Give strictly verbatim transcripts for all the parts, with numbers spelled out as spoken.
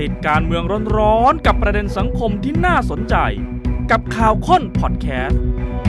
ติดการเมืองร้อนๆกับประเด็นสังคมที่น่าสนใจกับข่าวค้นพอดแคสต์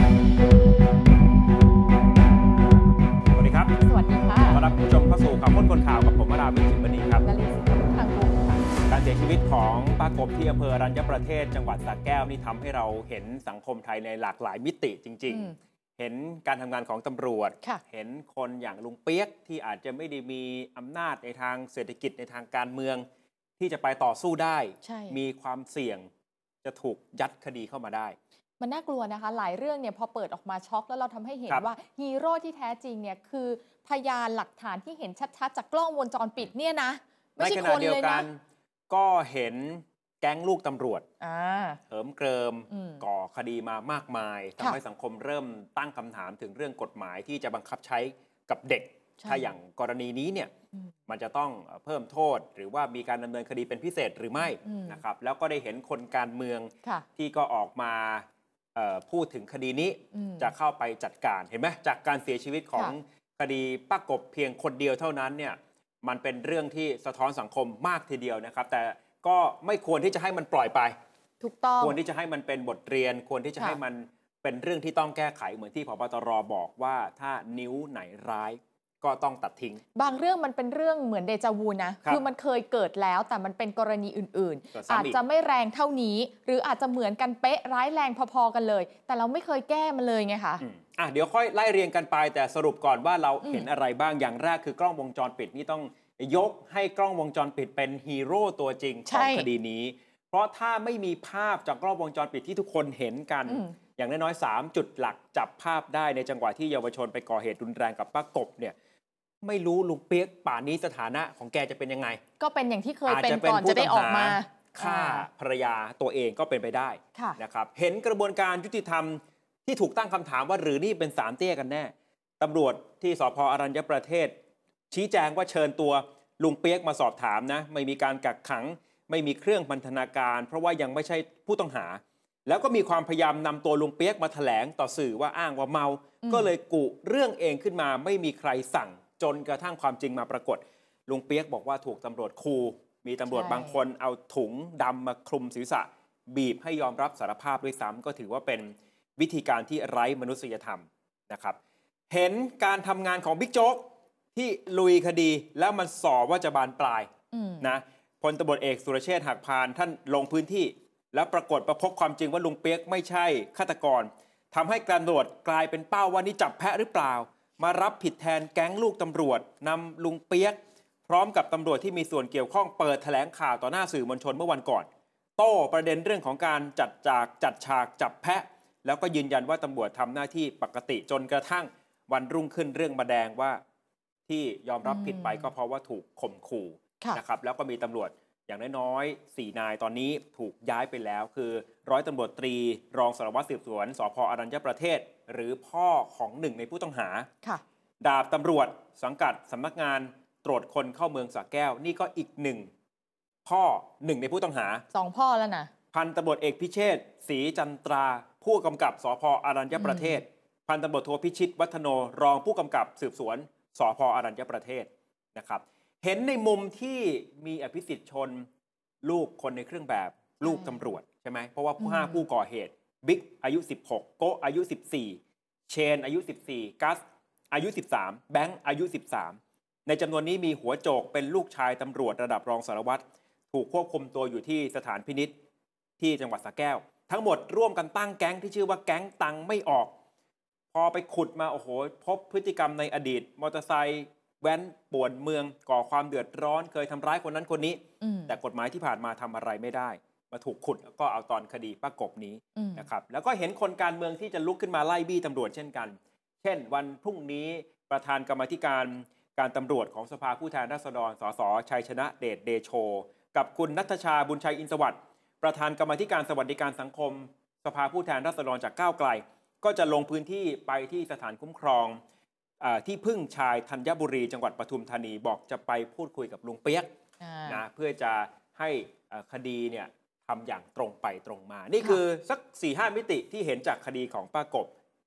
สวัสดีครับสวัสดีค่ะต้อนรับผู้ชมเข้าสู่ข่าวค้นคนข่าวกับผมวราวิชิตมณีครับนลินทร์ทางกุลค่ะการเสียชีวิตของป้ากบที่อำเภออรัญญประเทศจังหวัดสระแก้วนี่ทำให้เราเห็นสังคมไทยในหลากหลายมิติจริงๆเห็นการทำงานของตำรวจเห็นคนอย่างลุงเปี๊ยกที่อาจจะไม่ได้มีอำนาจในทางเศรษฐกิจในทางการเมืองที่จะไปต่อสู้ได้มีความเสี่ยงจะถูกยัดคดีเข้ามาได้มันน่ากลัวนะคะหลายเรื่องเนี่ยพอเปิดออกมาช็อกแล้วเราทำให้เห็นว่าฮีโร่ที่แท้จริงเนี่ยคือพยานหลักฐานที่เห็นชัดๆจากกล้องวงจรปิดเนี่ยนะไม่ใช่คนเลยนะก็เห็นแก๊งลูกตำรวจเหิมเกริมก่อคดีมามากมายทำให้สังคมเริ่มตั้งคำถามถึงเรื่องกฎหมายที่จะบังคับใช้กับเด็กถ้าอย่างกรณีนี้เนี่ยมันจะต้องเพิ่มโทษหรือว่ามีการดำเนินคดีเป็นพิเศษหรือไม่นะครับแล้วก็ได้เห็นคนการเมืองที่ก็ออกมาพูดถึงคดีนี้จะเข้าไปจัดการเห็นไหมจากการเสียชีวิตของคดีป้ากบเพียงคนเดียวเท่านั้นเนี่ยมันเป็นเรื่องที่สะท้อนสังคมมากทีเดียวนะครับแต่ก็ไม่ควรที่จะให้มันปล่อยไปถูกต้องควรที่จะให้มันเป็นบทเรียนควรที่จะให้มันเป็นเรื่องที่ต้องแก้ไขเหมือนที่ผบ.ตร.บอกว่าถ้านิ้วไหนร้ายก็ต้องตัดทิ้งบางเรื่องมันเป็นเรื่องเหมือนเดจาวูนะคือมันเคยเกิดแล้วแต่มันเป็นกรณีอื่นๆอาจจะไม่แรงเท่านี้หรืออาจจะเหมือนกันเป๊ะร้ายแรงพอๆกันเลยแต่เราไม่เคยแก้มันเลยไงคะอ่ะเดี๋ยวค่อยไล่เรียงกันไปแต่สรุปก่อนว่าเราเห็นอะไรบ้างอย่างแรกคือกล้องวงจรปิดนี่ต้องยกให้กล้องวงจรปิดเป็นฮีโร่ตัวจริงของคดีนี้เพราะถ้าไม่มีภาพจากกล้องวงจรปิดที่ทุกคนเห็นกันอย่างน้อยๆสามจุดหลักจับภาพได้ในจังหวะที่เยาวชนไปก่อเหตุรุนแรงกับป้ากบเนี่ยไม่รู้ลุงเปี๊ยกป่านนี้สถานะของแกจะเป็นยังไงก็เป็นอย่างที่เคยเป็นก่อนจะได้ออกมาฆ่าภรรยาตัวเองก็เป็นไปได้นะครับเห็นกระบวนการยุติธรรมที่ถูกตั้งคำถามว่าหรือนี่เป็นสามเตี้ยกันแน่ตำรวจที่สภ.อรัญญประเทศชี้แจงว่าเชิญตัวลุงเปี๊ยกมาสอบถามนะไม่มีการกักขังไม่มีเครื่องพันธนาการเพราะว่ายังไม่ใช่ผู้ต้องหาแล้วก็มีความพยายามนำตัวลุงเปี๊ยกมาแถลงต่อสื่อว่าอ้างว่าเมาก็เลยกุเรื่องเองขึ้นมาไม่มีใครสั่งจนกระทั่งความจริงมาปรากฏลุงเปี๊ยกบอกว่าถูกตำรวจคูมีตำรวจบางคนเอาถุงดำมาคลุมศีรษะบีบให้ยอมรับสารภาพด้วยซ้ำก็ถือว่าเป็นวิธีการที่ไร้มนุษยธรรมนะครับเห็นการทำงานของบิ๊กโจ๊กที่ลุยคดีแล้วมันสอว่าจะบานปลายนะพลตำรวจเอกสุรเชษฐ์หักพานท่านลงพื้นที่แล้วปรากฏประพบความจริงว่าลุงเปี๊ยกไม่ใช่ฆาตกรทำให้ตำรวจกลายเป็นเป้าว่านี่จับแพะหรือเปล่ามารับผิดแทนแก๊งลูกตำรวจนำลุงเปี๊ยกพร้อมกับตำรวจที่มีส่วนเกี่ยวข้องเปิดแถลงข่าวต่อหน้าสื่อมวลชนเมื่อวันก่อนโต้ประเด็นเรื่องของการจัดจากจัดฉากจับแพะแล้วก็ยืนยันว่าตำรวจทำหน้าที่ปกติจนกระทั่งวันรุ่งขึ้นเรื่องมาแดงว่าที่ยอมรับผิดไปก็เพราะว่าถูกข่มขู่นะครับแล้วก็มีตำรวจอย่างน้อยๆสี่นายตอนนี้ถูกย้ายไปแล้วคือร้อยตำรวจตรีรองสารวัตรสืบสวนสภ.อรัญญประเทศหรือพ่อของหนึ่งในผู้ต้องหาดาบตำรวจสังกัดสำนักงานตรวจคนเข้าเมืองสระแก้วนี่ก็อีกหนึ่งพ่อหนึ่งในผู้ต้องหาสองพ่อแล้วนะพันตำรวจเอกพิเชษฐ์ศรีจันทราผู้กำกับสภ.อรัญญประเทศพันตำรวจโทพิชิตวัฒโนรองผู้กำกับสืบสวนสภ.อรัญญประเทศนะครับเห็นในมุมที่มีอภิสิทธิ์ชนลูกคนในเครื่องแบบลูกตำรวจใช่ไหมเพราะว่าผู้ห้าผู้ก่อเหตุบิ๊กอายุสิบหกโกอายุสิบสี่เชนอายุสิบสี่กัสอายุสิบสามแบงค์อายุสิบสามในจำนวนนี้มีหัวโจกเป็นลูกชายตำรวจระดับรองสารวัตรถูกควบคุมตัวอยู่ที่สถานพินิจที่จังหวัดสระแก้วทั้งหมดร่วมกันตั้งแก๊งที่ชื่อว่าแก๊งตังไม่ออกพอไปขุดมาโอ้โหพบพฤติกรรมในอดีตมอเตอร์ไซค์แว้นป่วนเมืองก่อความเดือดร้อนเคยทำร้ายคนนั้นคนนี้แต่กฎหมายที่ผ่านมาทำอะไรไม่ได้มาถูกขุดแล้วก็เอาตอนคดีป้ากบนี้นะครับแล้วก็เห็นคนการเมืองที่จะลุกขึ้นมาไล่บี้ตำรวจเช่นกันเช่นวันพรุ่งนี้ประธานกรรมาธิการการตำรวจของสภาผู้แทนราษฎรสสชัยชนะเดชเดโชกับคุณณัฐชาบุญชัยอินทร์สวัสดิ์ประธานกรรมาธิการสวัสดิการสังคมสภาผู้แทนราษฎรจากก้าวไกลก็จะลงพื้นที่ไปที่สถานคุ้มครองที่พึ่งชายธัญบุรีจังหวัดปทุมธานีบอกจะไปพูดคุยกับลุงเปี๊ยกนะเพื่อจะให้คดีเนี่ยทำอย่างตรงไปตรงมานี่คือสัก สี่ห้า มิติที่เห็นจากคดีของป้ากบ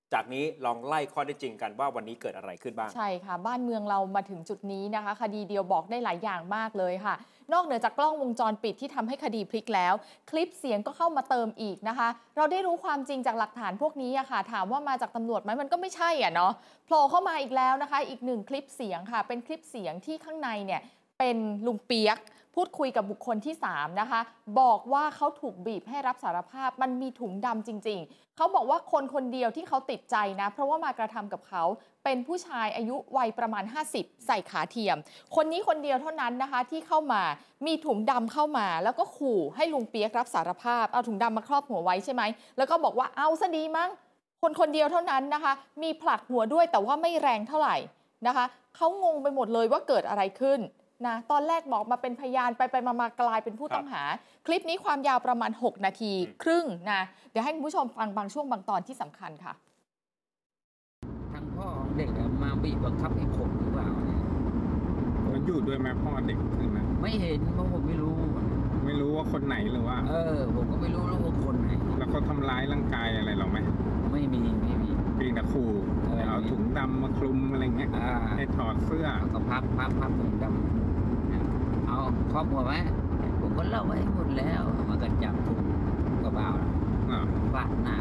จากนี้ลองไล่ข้อได้จริงกันว่าวันนี้เกิดอะไรขึ้นบ้างใช่ค่ะบ้านเมืองเรามาถึงจุดนี้นะคะคดีเดียวบอกได้หลายอย่างมากเลยค่ะนอกเหนือจากกล้องวงจรปิดที่ทำให้คดีพลิกแล้วคลิปเสียงก็เข้ามาเติมอีกนะคะเราได้รู้ความจริงจากหลักฐานพวกนี้อะค่ะถามว่ามาจากตำรวจไหมมันก็ไม่ใช่อ่ะเนาะโผล่เข้ามาอีกแล้วนะคะอีกหนึ่งคลิปเสียงค่ะเป็นคลิปเสียงที่ข้างในเนี่ยเป็นลุงเปียกพูดคุยกับบุคคลที่สามนะคะบอกว่าเขาถูกบีบให้รับสารภาพมันมีถุงดำจริงๆเขาบอกว่าคนคนเดียวที่เขาติดใจนะเพราะว่ามากระทำกับเขาเป็นผู้ชายอายุวัยประมาณห้าสิบใส่ขาเทียมคนนี้คนเดียวเท่านั้นนะคะที่เข้ามามีถุงดำเข้ามาแล้วก็ขู่ให้ลุงเปียกรับสารภาพเอาถุงดำมาครอบหัวไว้ใช่ไหมแล้วก็บอกว่าเอาซะดีมั้งคนคนเดียวเท่านั้นนะคะมีผลักหัวด้วยแต่ว่าไม่แรงเท่าไหร่นะคะเขางงไปหมดเลยว่าเกิดอะไรขึ้นนะตอนแรกบอกมาเป็นพยานไปไปมามากลายเป็นผู้ต้องหาคลิปนี้ความยาวประมาณหกนาทีครึ่งนะเดี๋ยวให้คุณผู้ชมฟังบางช่วงบางตอนที่สำคัญค่ะทางพ่อของเด็กมาบีบบังคับให้ผมหรือเปล่าเนี่ยมันอยู่ด้วยไหมพ่อเด็กใช่ไหมไม่เห็นเพราะผมไม่รู้ไม่รู้ว่าคนไหนหรือว่าเออผมก็ไม่รู้ว่าคนไหนแล้วเขาทำร้ายร่างกายอะไรหรอไหมไม่มีไม่มีเพียงแต่ขู่เอาถุงดำมาคลุมอะไรเงี้ยให้ถอดเสื้อก็พับพับพับถุงดำเอาครอบหัวไหมผมก็เล่าไว้หมดแล้วมันก็จับถุงก็เบาฟาดหน้า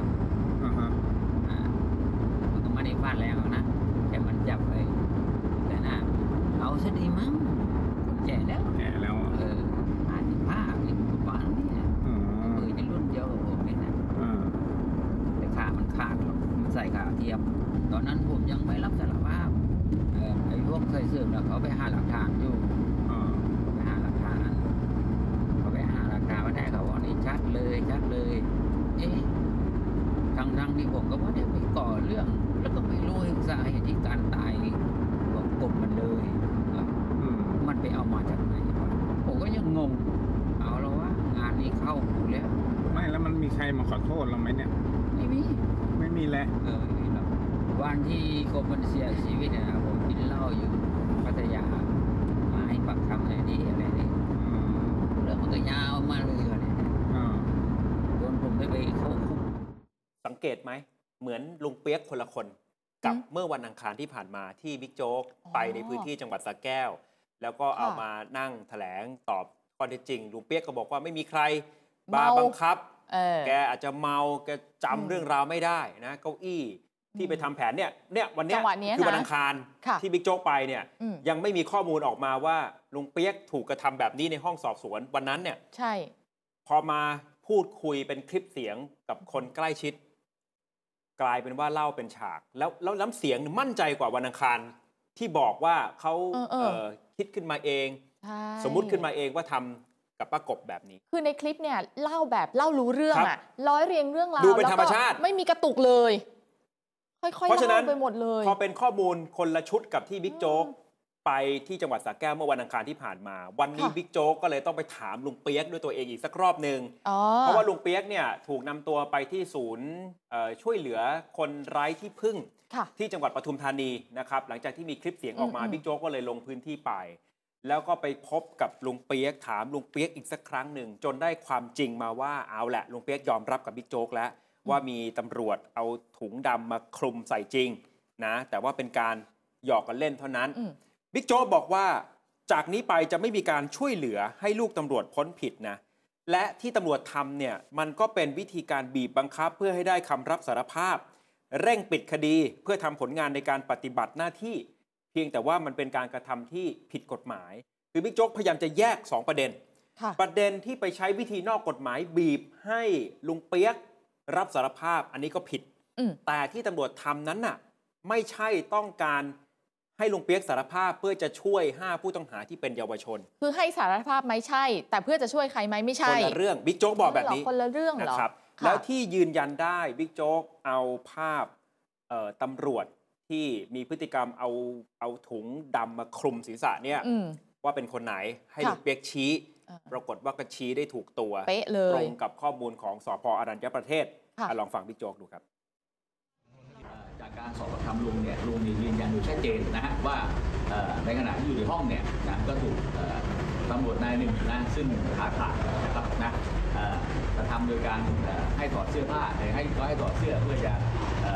มันก็ไม่ได้ฟาดแล้วนะแต่มันจับเลยแต่หน้าเอาซะดีมั้งคนแก่แล้วแก่แล้วเออห้าสิบห้าหรือประมาณนี้มือจะรุ่นเดียวกับผมนี่นะแต่ขามันขาดมันใส่ขาเทียมตอนนั้นผมยังไม่รับสารภาพไอ้พวกเคยสืบแล้วเขาไปหาหลักฐานอยู่ไปหาหลักฐานเขาไปหาหลักฐานมาได้เขาบอกนี่ชัดเลยชัดเลยเอ๊ะทางทางที่ผมก็ว่าเนี่ยไปก่อเรื่องแล้วก็ไม่รู้สาเหตุที่การตายของกบมันเลยมันไปเอามาจากไหนผมก็ยังงงเอาแล้วว่างานนี้เข้าหูแล้วไม่แล้วมันมีใครมาขอโทษเราไหมเนี่ยไม่มีไม่มีแล้วเออไม่มีหรอกวันที่กบมันเสียชีวิตเนี่ยผมกินเหล้าอยู่พัทยามาให้ปักคำอะไรนี่อะไรนี่เรื่องมันก็ยาวมาเลยเนี่ยโดนผมได้ไปเข้าคุกสังเกตไหมเหมือนลุงเปียกคนละคนกับเมื่อวันอังคารที่ผ่านมาที่บิ๊กโจ๊กไปในพื้นที่จังหวัดสระแก้วแล้วก็เอามานั่งแถลงตอบข้อเท็จจริงลุงเปียกก็บอกว่าไม่มีใครบาบังคับแกอาจจะเมาแกจำเรื่องราวไม่ได้นะเก้าอี้ที่ไปทำแผนเนี่ยเนี่ยวันนี้คือวันอังคารที่บิ๊กโจ๊กไปเนี่ยยังไม่มีข้อมูลออกมาว่าลุงเปียกถูกกระทำแบบนี้ในห้องสอบสวนวันนั้นเนี่ยใช่พอมาพูดคุยเป็นคลิปเสียงกับคนใกล้ชิดกลายเป็นว่าเล่าเป็นฉากแล้วแล้วน้ำเสียงมั่นใจกว่าวันอังคารที่บอกว่าเขาเออคิดขึ้นมาเองสมมุติขึ้นมาเองว่าทำกับป้ากบแบบนี้คือในคลิปเนี่ยเล่าแบบเล่ารู้เรื่องอะร้อยเรียงเรื่องราวดูเป็นธรรมชาติไม่มีกระตุกเลยค่อยๆเล่าไปหมดเลยพอเป็นข้อมูลคนละชุดกับที่บิ๊กโจ๊กไปที่จังหวัดสระแก้วเมื่อวันอังคารที่ผ่านมาวันนี้บิ๊กโจ๊กก็เลยต้องไปถามลุงเปียกด้วยตัวเองอีกสักรอบหนึ่งเพราะว่าลุงเปียกเนี่ยถูกนำตัวไปที่ศูนย์ช่วยเหลือคนไร้ที่พึ่งที่จังหวัดปทุมธานีนะครับหลังจากที่มีคลิปเสียงออกมาบิ๊กโจ๊กก็เลยลงพื้นที่ไปแล้วก็ไปพบกับลุงเปียกถามลุงเปียกอีกสักครั้งหนึ่งจนได้ความจริงมาว่าเอาแหละลุงเปียกยอมรับกับบิ๊กโจ๊กแล้วว่ามีตำรวจเอาถุงดำมาคลุมใส่จริงนะแต่ว่าเป็นการหยอกกันเล่นเท่านั้นบิ๊กโจ๊กบอกว่าจากนี้ไปจะไม่มีการช่วยเหลือให้ลูกตำรวจพ้นผิดนะและที่ตำรวจทำเนี่ยมันก็เป็นวิธีการบีบบังคับเพื่อให้ได้คำรับสารภาพเร่งปิดคดีเพื่อทำผลงานในการปฏิบัติหน้าที่เพียงแต่ว่ามันเป็นการกระทำที่ผิดกฎหมายคือบิ๊กโจ๊กพยายามจะแยกสองประเด็นประเด็นที่ไปใช้วิธีนอกกฎหมายบีบให้ลุงเปียกรับสารภาพอันนี้ก็ผิดแต่ที่ตำรวจทำนั้นน่ะไม่ใช่ต้องการให้ลุงเปียกสารภาพเพื่อจะช่วยห้าผู้ต้องหาที่เป็นเยาวชนคือให้สารภาพไหมใช่แต่เพื่อจะช่วยใครไหมไม่ใช่คนละเรื่องบิ๊กโจ๊กบอกแบบนี้คนละเรื่องเหรอนะครับแล้วที่ยืนยันได้บิ๊กโจ๊กเอาภาพตำรวจที่มีพฤติกรรมเอาเอาถุงดำมาคลุมศีรษะเนี่ยว่าเป็นคนไหนให้ลุงเปียกชี้ปรากฏว่าก็ชี้ได้ถูกตัวเป๊ะเลยตรงกับข้อมูลของสภ.อรัญญประเทศลองฟังบิ๊กโจ๊กดูครับจากการสอบปากคำลุงเนี่ยลุงยืนยันอยู่ชัดเจนนะฮะว่าในขณะที่อยู่ในห้องเนี่ยนะก็ถูกตำรวจนายหนึ่งนะซึ่งขาขาดนะครับนะกระทำโดยการให้ถอดเสื้อผ้าให้ให้ถอดเสื้อเพื่อจะ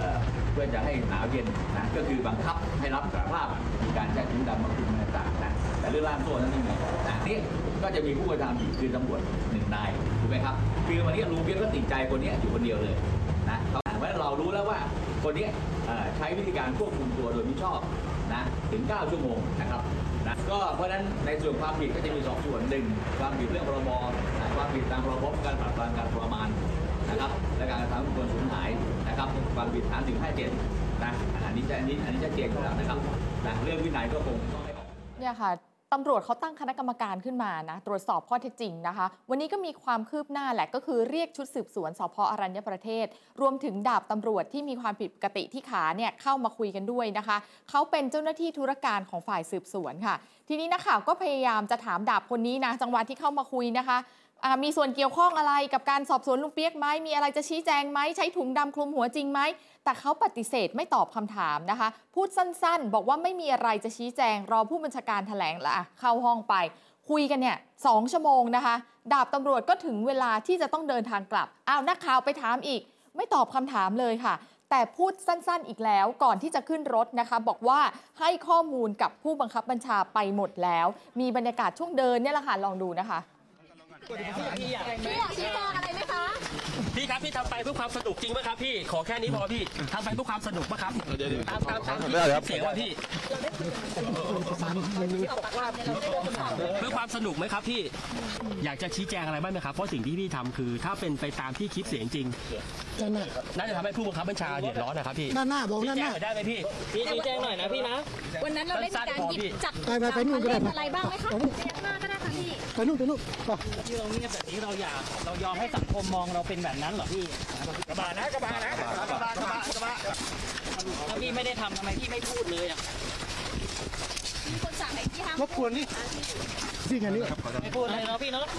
เพื่อจะให้หนาวเย็นนะก็คือบังคับให้รับสารภาพมีการใช้ถุงดำมาคลุมอะไรต่างๆนะแต่เรื่องล่ามโซ่นั้นไม่มีนะนี่ก็จะมีผู้กระทำอีกคือตำรวจหนึ่งนายถูกไหมครับคือวันนี้ลุงเปี๊ยกก็ติดใจคนนี้อยู่คนเดียวเลยนะเพราะฉะนั้นเรารู้แล้วว่าคนนี้ใช้วิธีการควบคุมตัวโดยมิชอบนะถึงเก้าชั่วโมงนะครับนะก็เพราะฉะนั้นในส่วนความผิดก็จะมีสองส่วนหนึ่งความผิดเรื่องพรบความผิดตามพรบการปราบปรามการทรมานนะครับและการกระทำบุคคลสูญหายนะครับความผิดฐานถึงห้าเจ็ดนะอันนี้จะอันนี้อันนี้จะเจนอยู่แล้วนะครับนะเรื่องวินัยก็คงต้องให้ออกเนี่ยค่ะตำรวจเขาตั้งคณะกรรมการขึ้นมานะตรวจสอบข้อเท็จจริงนะคะวันนี้ก็มีความคืบหน้าแหละก็คือเรียกชุดสืบสวนสภ.อรัญญประเทศรวมถึงดาบตำรวจที่มีความผิดปกติที่ขาเนี่ยเข้ามาคุยกันด้วยนะคะเขาเป็นเจ้าหน้าที่ธุรการของฝ่ายสืบสวนค่ะทีนี้นักข่าวก็พยายามจะถามดาบคนนี้นะจังหวะที่เข้ามาคุยนะคะมีส่วนเกี่ยวข้องอะไรกับการสอบสวนลุงเปี๊ยกไหมมีอะไรจะชี้แจงไหมใช้ถุงดำคลุมหัวจริงไหมแต่เขาปฏิเสธไม่ตอบคำถามนะคะพูดสั้นๆบอกว่าไม่มีอะไรจะชี้แจงรอผู้บัญชาการแถลงละเข้าห้องไปคุยกันเนี่ยสองชั่วโมงนะคะดาบตำรวจก็ถึงเวลาที่จะต้องเดินทางกลับอ้าวนักข่าวไปถามอีกไม่ตอบคำถามเลยค่ะแต่พูดสั้นๆอีกแล้วก่อนที่จะขึ้นรถนะคะบอกว่าให้ข้อมูลกับผู้บังคับบัญชาไปหมดแล้วมีบรรยากาศช่วงเดินเนี่ยแหละค่ะลองดูนะคะพี่อยากพี่อยากชี้แจงอะไรไหมคะพี่ครับพี่ทำไปเพื่อความสนุกจริงไหมครับพี่ขอแค่นี้พอพี่ทำไปเพื่อความสนุกไหมครับตามตามตามเสียงว่าพี่เพื่อความสนุกไหมครับพี่อยากจะชี้แจงอะไรบ้างไหมครับเพราะสิ่งที่พี่ทำคือถ้าเป็นไปตามที่คลิปเสียงจริงน่าจะทำให้ผู้บังคับบัญชาเดือดร้อนนะครับพี่หน้าหน้าบอกหน้าหน้าได้ไหมพี่พี่ชี้แจงหน่อยนะพี่นะวันนั้นเราได้มีการหยิบจับไปไปไปนู่นก็ได้อะไรบ้างไหมคะเสียงหน้าก็ได้ค่ะพี่ไปนู่นไปนู่นที่เราเงียบแบบนี้เราอยากเรายอมให้สังคมมองเราเป็นแบบนั้นเหรอพี่กระบะนะกระบะนะกระบะกระบะกระบะกระบะถ้าพี่ไม่ได้ทำทำไมพี่ไม่พูดเลยอ่ะมีคนสั่งให้พี่ห้ามรบกวนนี่พี่แค่นี้ไม่พูดเลยเนาะพี่เนาะ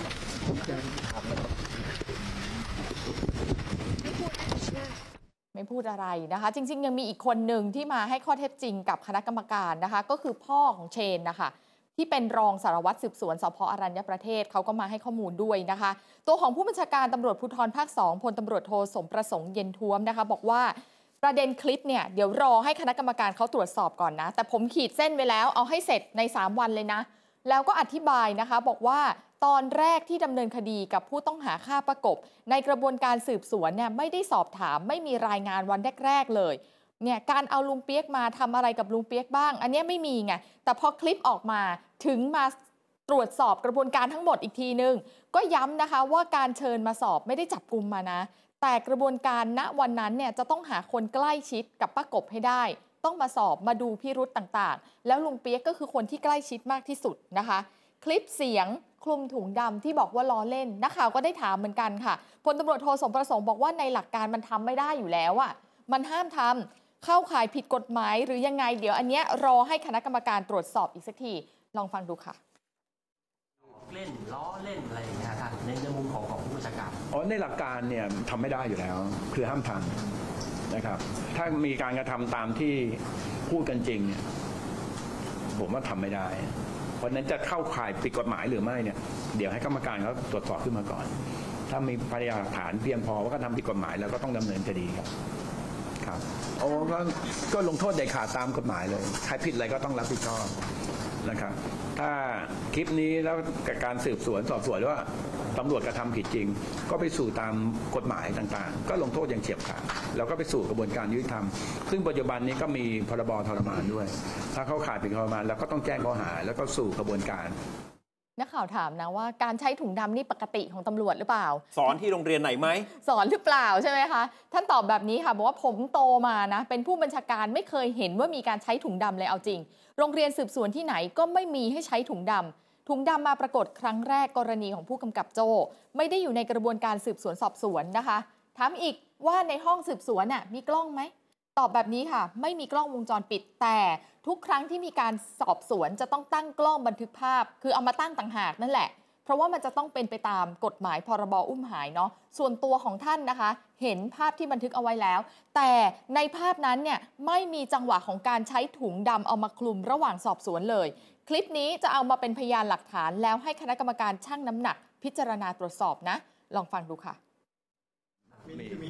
ไม่พูดอะไรนะคะจริงๆยังมีอีกคนหนึ่งที่มาให้ข้อเท็จจริงกับคณะกรรมการนะคะก็คือพ่อของเชนนะคะที่เป็นรองสารวัตรสืบสวนสภ.อรัญญประเทศเขาก็มาให้ข้อมูลด้วยนะคะตัวของผู้บัญชาการตำรวจภูธรภาคสองพลตำรวจโทสมประสงค์เย็นท้วมนะคะบอกว่าประเด็นคลิปเนี่ยเดี๋ยวรอให้คณะกรรมการเขาตรวจสอบก่อนนะแต่ผมขีดเส้นไว้แล้วเอาให้เสร็จในสามวันเลยนะแล้วก็อธิบายนะคะบอกว่าตอนแรกที่ดำเนินคดีกับผู้ต้องหาฆ่าประกบในกระบวนการสืบสวนเนี่ยไม่ได้สอบถามไม่มีรายงานวันแรกๆเลยเนี่ยการเอาลุงเปี๊ยกมาทำอะไรกับลุงเปี๊ยกบ้างอันนี้ไม่มีไงแต่พอคลิปออกมาถึงมาตรวจสอบกระบวนการทั้งหมดอีกทีนึงก็ย้ำนะคะว่าการเชิญมาสอบไม่ได้จับกุมมานะแต่กระบวนการณวันนั้นเนี่ยจะต้องหาคนใกล้ชิดกับป้ากบให้ได้ต้องมาสอบมาดูพิรุธต่างๆแล้วลุงเปี๊ยกก็คือคนที่ใกล้ชิดมากที่สุดนะคะคลิปเสียงคลุมถุงดำที่บอกว่าล้อเล่นนักข่าวก็ได้ถามเหมือนกันค่ะพลตำรวจโทสมประสงค์บอกว่าในหลักการมันทำไม่ได้อยู่แล้วอ่ะมันห้ามทำเข้าข่ายผิดกฎหมายหรือยังไงเดี๋ยวอันเนี้ยรอให้คณะกรรมการตรวจสอบอีกสักทีลองฟังดูค่ะเล่นล้อเล่นอะไรอย่างเงี้ยครับในมุมของของผู้บัญชาการอ๋อในหลักการเนี่ยทำไม่ได้อยู่แล้วคือห้ามทำนะครับถ้ามีการกระทำตามที่พูดกันจริงเนี่ยผมว่าทำไม่ได้เพราะนั้นจะเข้าข่ายผิดกฎหมายหรือไม่เนี่ยเดี๋ยวให้กรรมการเขาตรวจสอบขึ้นมาก่อนถ้ามีพยานหลักฐานเพียงพอว่าเขาทำผิดกฎหมายแล้วก็ต้องดำเนินคดีครับครับโอ้ก็ก็ลงโทษเด็ดขาดตามกฎหมายเลยใครผิดอะไรก็ต้องรับผิดชอบนะครับถ้าคลิปนี้แล้วกับการสืบสวนสอบสวนว่าตำรวจกระทำผิดจริงก็ไปสู่ตามกฎหมายต่างๆก็ลงโทษอย่างเฉียบขาดแล้วก็ไปสู่กระบวนการยุติธรรมซึ่งปัจจุบันนี้ก็มีพรบทรมานด้วยถ้าเข้าข่ายผิดทรมานแล้วก็ต้องแจ้งข้อหาแล้วก็สู่กระบวนการนักข่าวถามนะว่าการใช้ถุงดำนี่ปกติของตำรวจหรือเปล่าสอนที่โรงเรียนไหนไหมสอนหรือเปล่าใช่ไหมคะท่านตอบแบบนี้ค่ะบอกว่าผมโตมานะเป็นผู้บัญชาการไม่เคยเห็นว่ามีการใช้ถุงดำเลยเอาจริงโรงเรียนสืบสวนที่ไหนก็ไม่มีให้ใช้ถุงดำถุงดำมาปรากฏครั้งแรกกรณีของผู้กำกับโจ้ไม่ได้อยู่ในกระบวนการสืบสวนสอบสวนนะคะถามอีกว่าในห้องสืบสวนน่ะมีกล้องไหมตอบแบบนี้ค่ะไม่มีกล้องวงจรปิดแต่ทุกครั้งที่มีการสอบสวนจะต้องตั้งกล้องบันทึกภาพคือเอามาตั้งต่างหากนั่นแหละเพราะว่ามันจะต้องเป็นไปตามกฎหมายพรบอุ้มหายเนาะส่วนตัวของท่านนะคะเห็นภาพที่บันทึกเอาไว้แล้วแต่ในภาพนั้นเนี่ยไม่มีจังหวะของการใช้ถุงดำเอามาคลุมระหว่างสอบสวนเลยคลิปนี้จะเอามาเป็นพยานหลักฐานแล้วให้คณะกรรมการชั่งน้ำหนักพิจารณาตรวจสอบนะลองฟังดูค่ะมีมีคลิ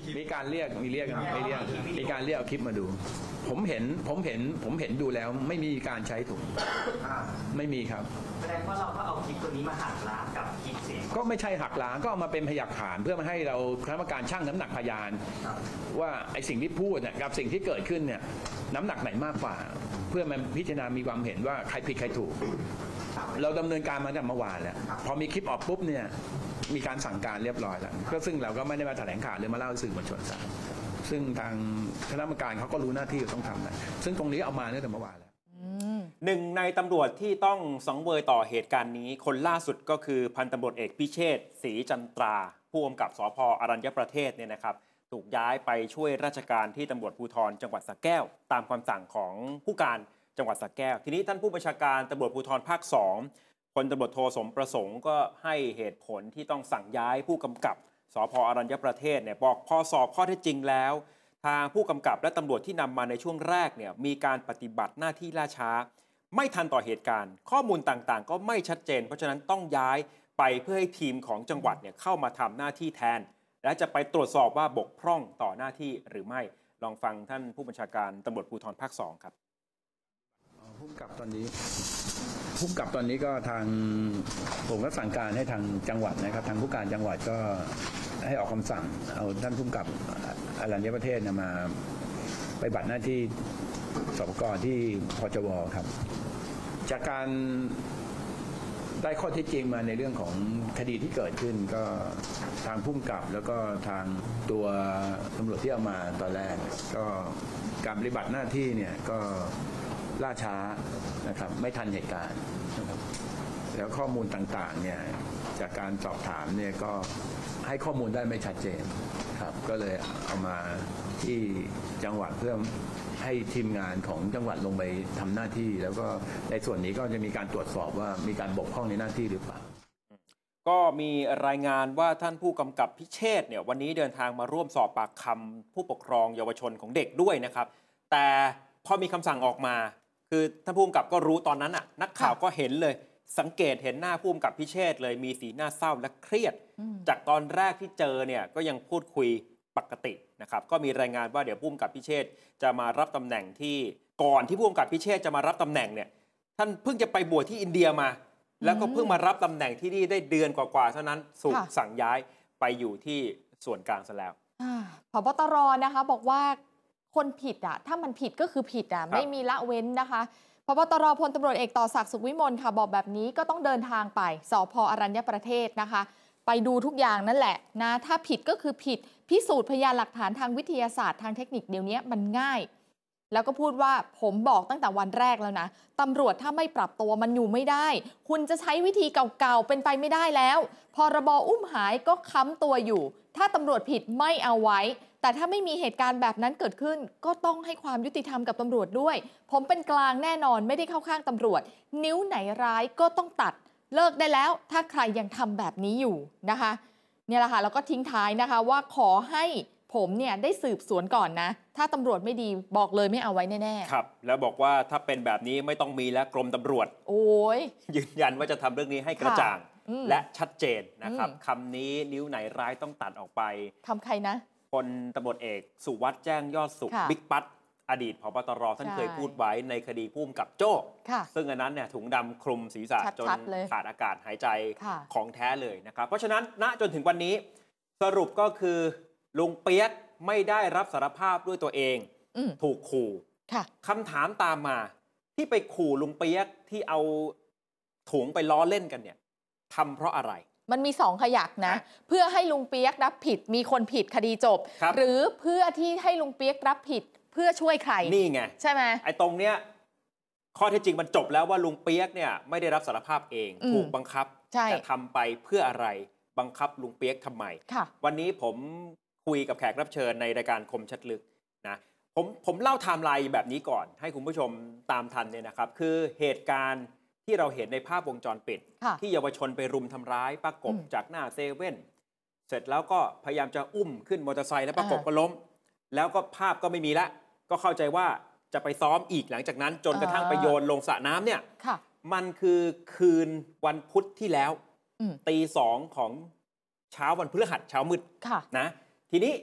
มีการเรียกมีเรียกไม่เรียกมีการเรียกเอาคลิปมาดู ผมเห็นผมเห็นผมเห็นดูแล้วไม่มีการใช้ถุงไม่มีครับแสดงว่าเราก็เอาคลิปตัวนี้มาหักล้างกับคลิปเสียงก็ไม่ใช่หักล้างก็เอามาเป็นพยานฐานเพื่อมาให้เราคณะกรรมการชั่งน้ำหนักพยานว่าไอ้สิ่งที่พูดเนี่ยกับสิ่งที่เกิดขึ้นเนี่ยน้ำหนักไหนมากกว่าเพื่อมันพิจารณามีความเห็นว่าใครผิดใครถูกเราดำเนินการมาตั้งแต่เมื่อวานแล้วพอมีคลิปออกปุ๊บเนี่ยมีการสั่งการเรียบร้อยแล้วก็ซึ่งเราก็ไม่ได้มาแถลงข่าวหรือมาเล่าสื่อมวลชนทราบซึ่งทางคณะกรรมการเขาก็รู้หน้าที่ต้องทำนะซึ่งตรงนี้เอามาตั้งแต่เมื่อวานแล้วหนึ่งในตำรวจที่ต้องสังเวยต่อเหตุการณ์นี้คนล่าสุดก็คือพันตำรวจเอกพิเชษฐ์ศรีจันตราผู้กำกับสภ.อรัญญประเทศเนี่ยนะครับถูกย้ายไปช่วยราชการที่ตำรวจภูธรจังหวัดสระแก้วตามคำสั่งของผู้การจังหวัดสระแก้วทีนี้ท่านผู้บัญชาการตำรวจภูธรภาคสองพลตำรวจโทสมประสงค์ก็ให้เหตุผลที่ต้องสั่งย้ายผู้กำกับสภ.อรัญญประเทศเนี่ยบอกพอสอบข้อเท็จจริงแล้วทางผู้กำกับและตำรวจที่นำมาในช่วงแรกเนี่ยมีการปฏิบัติหน้าที่ล่าช้าไม่ทันต่อเหตุการณ์ข้อมูลต่างๆก็ไม่ชัดเจนเพราะฉะนั้นต้องย้ายไปเพื่อให้ทีมของจังหวัดเนี่ยเข้ามาทำหน้าที่แทนและจะไปตรวจสอบว่าบกพร่องต่อหน้าที่หรือไม่ลองฟังท่านผู้บัญชาการตำรวจภูธรภาคสองครับผู้กำกับตอนนี้ผู้กำกับตอนนี้ก็ทางผมก็สั่งการให้ทางจังหวัดนะครับทางผู้การจังหวัดก็ให้ออกคำสั่งเอาท่านผู้กำกับอรัญญประเทศมาไปบัตรหน้าที่สปก.ที่พจว.ครับจากการได้ข้อเท็จจริงมาในเรื่องของคดีที่เกิดขึ้นก็ทางผู้กำกับแล้วก็ทางตัวตำรวจที่เอามาตอนแรกก็การปฏิบัติหน้าที่เนี่ยก็ล่าช้านะครับไม่ทันเหตุการณ์นะครับแล้วข้อมูลต่างๆเนี่ยจากการสอบถามเนี่ยก็ให้ข้อมูลได้ไม่ชัดเจนครับก็เลยเอามาที่จังหวัดเพื่อให้ทีมงานของจังหวัดลงไปทำหน้าที่แล้วก็ในส่วนนี้ก็จะมีการตรวจสอบว่ามีการบกพร่องในหน้าที่หรือเปล่าก็มีรายงานว่าท่านผู้กำกับพิเชษฐ์เนี่ยวันนี้เดินทางมาร่วมสอบปากคำผู้ปกครองเยาวชนของเด็กด้วยนะครับแต่พอมีคำสั่งออกมาคือท่านผู้กำกับก็รู้ตอนนั้นน่ะนักข่าวก็เห็นเลยสังเกตเห็นหน้าผู้กำกับพิเชษฐ์เลยมีสีหน้าเศร้าและเครียดจากตอนแรกที่เจอเนี่ยก็ยังพูดคุยปกตินะครับก็มีรายงานว่าเดี๋ยวผู้กำกับพิเชษฐ์จะมารับตำแหน่งที่ก่อนที่ผู้กำกับพิเชษฐ์จะมารับตำแหน่งเนี่ยท่านเพิ่งจะไปบวชที่อินเดียมาแล้วก็เพิ่งมารับตำแหน่งที่นี่ได้เดือนกว่าๆเท่านั้นถูกสั่งย้ายไปอยู่ที่ส่วนกลางซะแล้วผบตรนะคะบอกว่าคนผิดอ่ะถ้ามันผิดก็คือผิดอ่ะไม่มีละเว้นนะคะผบตรพลตำรวจเอกต่อศักดิ์สุขวิมลค่ะบอกแบบนี้ก็ต้องเดินทางไปสภ.อรัญญประเทศนะคะไปดูทุกอย่างนั่นแหละนะถ้าผิดก็คือผิดพิสูจน์พยานหลักฐานทางวิทยาศาสตร์ทางเทคนิคเดี๋ยวนี้มันง่ายแล้วก็พูดว่าผมบอกตั้งแต่วันแรกแล้วนะตำรวจถ้าไม่ปรับตัวมันอยู่ไม่ได้คุณจะใช้วิธีเก่าๆเป็นไปไม่ได้แล้วพรบอุ้มหายก็ค้ำตัวอยู่ถ้าตำรวจผิดไม่เอาไว้แต่ถ้าไม่มีเหตุการณ์แบบนั้นเกิดขึ้นก็ต้องให้ความยุติธรรมกับตำรวจด้วยผมเป็นกลางแน่นอนไม่ได้เข้าข้างตำรวจนิ้วไหนร้ายก็ต้องตัดเลิกได้แล้วถ้าใครยังทำแบบนี้อยู่นะคะเนี่ยแหละค่ะแล้วก็ทิ้งท้ายนะคะว่าขอให้ผมเนี่ยได้สืบสวนก่อนนะถ้าตำรวจไม่ดีบอกเลยไม่เอาไว้แน่ๆครับแล้วบอกว่าถ้าเป็นแบบนี้ไม่ต้องมีแล้วกรมตำรวจโอ้ยยืนยันว่าจะทำเรื่องนี้ให้กระจ่างและชัดเจนนะครับคำนี้นิ้วไหนร้ายต้องตัดออกไปคำใครนะพลตำรวจเอกสุวัสด์แจ้งยอดสุขบิ๊กปั๊ดอดีตผบตรท่านเคยพูดไว้ในคดีผู้กำกับโจ้ซึ่งอันนั้นเนี่ยถุงดำคลุมศีรษะจนขาดอากาศหายใจของแท้เลยนะครับเพราะฉะนั้นณจนถึงวันนี้สรุปก็คือลุงเปี๊ยกไม่ได้รับสารภาพด้วยตัวเองถูกขู่คำถามตามมาที่ไปขู่ลุงเปี๊ยกที่เอาถุงไปล้อเล่นกันเนี่ยทำเพราะอะไรมันมีสองขยักนะเพื่อให้ลุงเปี๊ยกรับผิดมีคนผิดคดีจบร, หรือเพื่อที่ให้ลุงเปี๊ยกรับผิดเพื่อช่วยใครนี่ไงใช่ไหมไอ้ตรงเนี้ยข้อเท็จจริงมันจบแล้วว่าลุงเปี๊ยกเนี่ยไม่ได้รับสารภาพเองถูกบังคับแต่ทำไปเพื่ออะไรบังคับลุงเปี๊ยกทำไมวันนี้ผมคุยกับแขกรับเชิญในรายการคมชัดลึกนะผมผมเล่าไทม์ไลน์แบบนี้ก่อนให้คุณผู้ชมตามทันเนี่ยนะครับคือเหตุการณ์ที่เราเห็นในภาพวงจรปิดที่เยาวชนไปรุมทำร้ายป้ากบจากหน้าเซเว่นเสร็จแล้วก็พยายามจะอุ้มขึ้นมอเตอร์ไซค์แล้วป้ากบก็ล้มแล้วก็ภาพก็ไม่มีละก็เข้าใจว่าจะไปซ้อมอีกหลังจากนั้นจนกระทั่งไปโยนลงสระน้ำเนี่ยมันคือคืนวันพุธที่แล้วตีสองของเช้าวันพฤหัสเช้ามืดนะทีนี้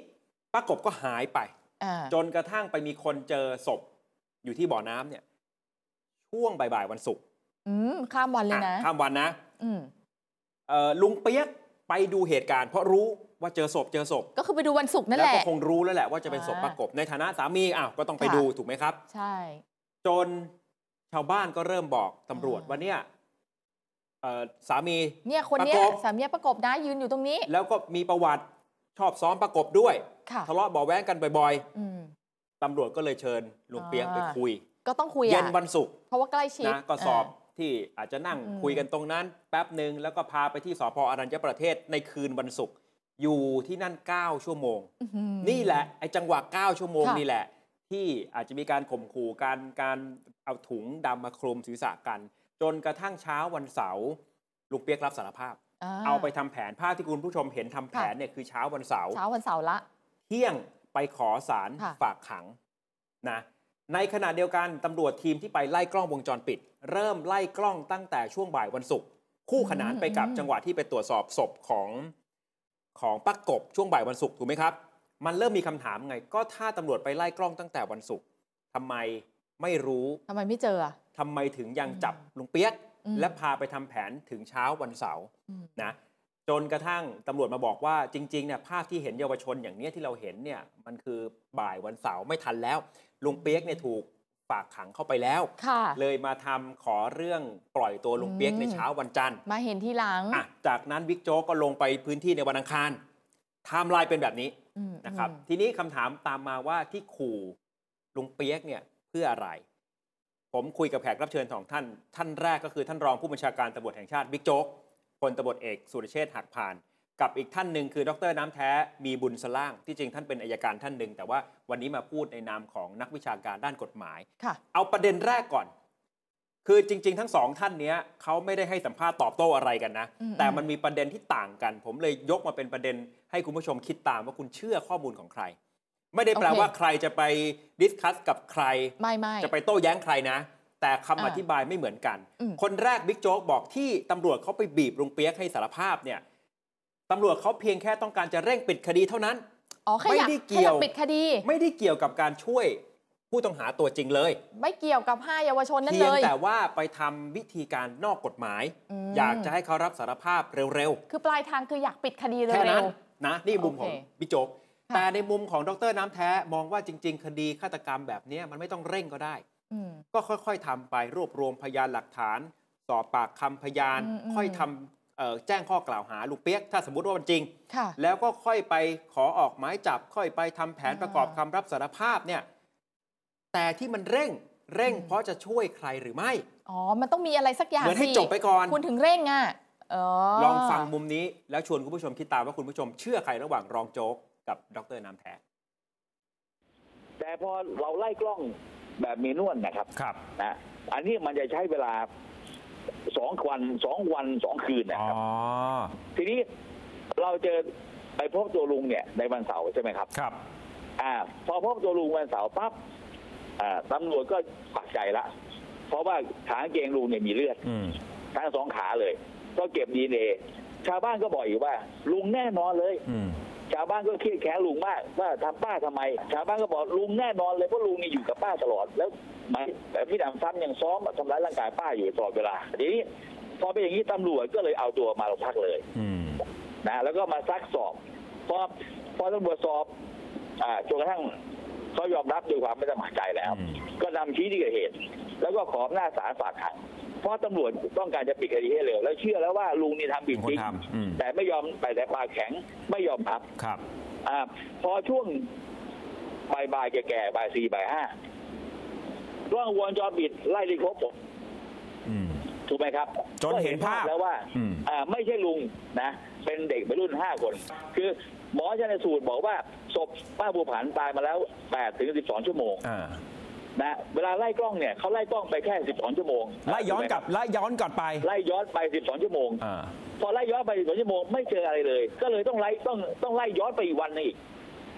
ป้ากบก็หายไปอ่าจนกระทั่งไปมีคนเจอศพอยู่ที่บ่อน้ำเนี่ยช่วงบ่ายๆวันศุกร์อืมข้ามวันเลยนะอ่ะข้ามวันนะอืมเอ่อลุงเปี๊ยกไปดูเหตุการณ์เพราะรู้ว่าเจอศพเจอศพก็คือไปดูวันศุกร์นั่นแล้วแหก็ละคงรู้แล้วแหละว่าจะเป็นศพอ่าป้ากบในฐานะสามีอ้าวก็ต้องไปค่ะดูถูกไหมครับใช่จนชาวบ้านก็เริ่มบอกตำรวจอ่าว่าเนี่ยเอ่อสามีเนี่ยคนเนี้ยประกบสามีประกบนะยืนอยู่ตรงนี้แล้วก็มีประวัติชอบซ้อมประกบด้วยค่ะทะเลาะเบาะแว้งกันบ่อยอืมๆตำรวจก็เลยเชิญลุงเปี๊ยกไปอ่าคุยก็ต้องคุยเย็อ่ะนวันศุกร์เพราะว่าใกล้ชิดนะก็สอบที่อาจจะนั่งอืมคุยกันตรงนั้น แป๊บหนึ่งแล้วก็พาไปที่สพอรัญญประเทศในคืนวันศุกร์อยู่ที่นั่นเก้าชั่วโมงอื้อหือนี่แหละไอ้จังหวะเก้าชั่วโมงค่ะนี่แหละ ที่อาจจะมีการข่มขู่การการเอาถุงดำมาคลุมศีรษะกัน จนกระทั่งเช้าวันเสาร์ลุงเปี๊ยกรับสารภาพอ่าเอาไปทำแผนภาพที่คุณผู้ชมเห็นทำแผนเนี่ยคือเช้าวันเสาร์เช้าวันเสาร์ละเที่ยงไปขอศาลค่ะฝากขังนะในขณะเดียวกันตำรวจทีมที่ไปไล่กล้องวงจรปิด เริ่มไล่กล้องตั้งแต่ช่วงบ่ายวันศุกร์คู่ขนานไปกับจังหวะที่ไปตรวจสอบศพของของป้ากบช่วงบ่ายวันศุกร์ถูกไหมครับมันเริ่มมีคำถามไงก็ถ้าตำรวจไปไล่กล้องตั้งแต่วันศุกร์ทำไมไม่รู้ทำไมไม่เจออ่ะทำไมถึงยังจับลุงเปี๊ยกอืมและพาไปทำแผนถึงเช้าวันเสาร์อืมนะจนกระทั่งตำรวจมาบอกว่าจริงๆเนี่ยภาพที่เห็นเยาวชนอย่างเนี้ยที่เราเห็นเนี่ยมันคือบ่ายวันเสาร์ไม่ทันแล้วลุงเปี๊ยกเนี่ยถูกฝากขังเข้าไปแล้วค่ะเลยมาทำขอเรื่องปล่อยตัวลุงเปี๊ยกอืมในเช้าวันจันทร์มาเห็นทีหลังอ่ะจากนั้นบิ๊กโจ๊กก็ลงไปพื้นที่ในวันอังคารไทม์ไลน์เป็นแบบนี้อืมนะครับอืมทีนี้คำถามตามมาว่าที่ขู่ลุงเปี๊ยกเนี่ยเพื่ออะไร ผมคุยกับแขกรับเชิญของท่านท่านแรกก็คือท่านรองผู้บัญชาการตำรวจแห่งชาติบิ๊กโจ๊กพลตำรวจเอกสุรเชษฐ์หักพานกับอีกท่านหนึ่งคือดรน้ำแท้มีบุญสล่างที่จริงท่านเป็นอัยการท่านหนึ่งแต่ว่าวันนี้มาพูดในนามของนักวิชาการด้านกฎหมายค่ะเอาประเด็นแรกก่อน คือจริง ๆ ทั้งสองท่านเนี้ยเขาไม่ได้ให้สัมภาษณ์ตอบโต้อะไรกันนะอืมแต่มันมีประเด็นที่ต่างกัน ผมเลยยกมาเป็นประเด็นให้คุณผู้ชมคิดตามว่าคุณเชื่อข้อมูลของใคร ไม่ได้แปลโอเคว่าใครจะไปดิสคัสกับใครไม่ไม่จะไปโต้แย้งใครนะ แต่คำอ่าอธิบายไม่เหมือนกันอืมคนแรกบิ๊กโจ๊กบอกที่ตำรวจเขาไปบีบลุงเปี๊ยกให้สารภาพเนี่ยตำรวจเขาเพียงแค่ต้องการจะเร่งปิดคดีเท่านั้นอ๋อแค่อยากไม่ได้เกี่แค่อยวยากปิดคดีไม่ได้เกี่ยวกับการช่วยผู้ต้องหาตัวจริงเลยไม่เกี่ยวกับห้าเยาวชนนั่นเพีเลย ยงแต่ว่าไปทำวิธีการนอกกฎหมายอืมอยากจะให้เขารับสารภาพเร็วคือปลายทางคืออยากปิดคดีๆเร็แค่นั้วนนะนี่มุมของโอเคบิ๊กโจ๊กค่ะแต่ในมุมของดรน้ำแท้มองว่าจริง ๆ คดีฆาตกรรมแบบนี้มันไม่ต้องเร่งก็ได้ๆอืมก็ค่อยๆทำไปรวบรวมพยานหลักฐาน สอบปากคำพยานอืมอืมค่อยทำเอ่อแจ้งข้อกล่าวหาลุงเปี๊ยกถ้าสมมติว่ามันจริงค่ะแล้วก็ค่อยไปขอออกหมายจับ ค่อยไปทำแผนอ่าประกอบคำรับสารภาพเนี่ยแต่ที่มันเร่งเร่งอืมเพราะจะช่วยใครหรือไม่อ๋อ มันต้องมีอะไรสักอย่างเหมือนให้สิจบไปก่อนคุณถึงเร่งอ่ะอ๋อลองฟังมุมนี้แล้วชวนคุณผู้ชมคิดตามว่าคุณผู้ชมเชื่อใครระหว่างรองโจ๊กกับดรน้ำแท้แต่พอเราไล่กล้องแบบเมนวลนะครับครับนะอันนี้มันจะใช้เวลาสองวันสองวันสองคืนนะครับทีนี้เราเจอไปพบตัวลุงเนี่ยในวันเสาร์ใช่ไหมครับครับอ่า พอพบตัวลุงวันเสาร์ปั๊บอ่าตำรวจก็ปักใจละเพราะว่าขากางเกงลุงเนี่ยมีเลือดทั้งสองขาเลย ก็เก็บดีเอ็นเอชาวบ้านก็บอกอยู่ว่า ลุงแน่นอนเลยชาวบ้านก็เครียดแค้นลุงมากว่าทำป้าทำไม ชาวบ้านก็บอกลุงแน่นอนเลยเพราะลุงนี่อยู่กับป้าตลอดแล้วไม่แต่พี่ดำซ้ำยังซ้อมทำร้ายร่างกายป้าอยู่ตลอดเวลาทีนี้พอเป็นอย่างนี้ตำรวจก็เลยเอาตัวมาโรงพักเลยนะแล้วก็มาซักสอบพอพอตำรวจสอบอ่าจนกระทั่งเขายอมรับด้วยความไม่สมัครใจแล้ว ก็นำชี้ที่เกิดเหตุ แล้วก็ขออำนาจศาลฝากขังเพราะตำรวจต้องการจะปิดคดีให้เร็วแล้วเชื่อแล้วว่าลุงนี่ทำผิดจริงแต่ไม่ยอมไปแต่ปากแข็งไม่ยอมรับครับอ่าพอช่วงบ่ายๆแก่ๆบ่ายสี่บ่ายห้ากล้องวงจรปิดไล่ได้ครบหมดถูกไหมครับจนเห็นภาพแล้วว่าอ่าไม่ใช่ลุงนะเป็นเด็กวัยรุ่นห้าคน คือหมอชันสูตรบอกว่าศพป้าบัวผันตายมาแล้วแปดถึงสิบสองชั่วโมงนะเวลาไล่กล้องเนี่ยเขาไล่กล้องไปแค่สิบสองชั่วโมงไล่ย้อนกลับไล่ย้อนกลับไปไล่ย้อนไปสิบสองชั่วโมงพอไล่ย้อนไปสิบสองชั่วโมงไม่เจออะไรเลย ก็เลยต้องไล่ต้องต้องไล่ย้อนไปอีกวันนึงอีก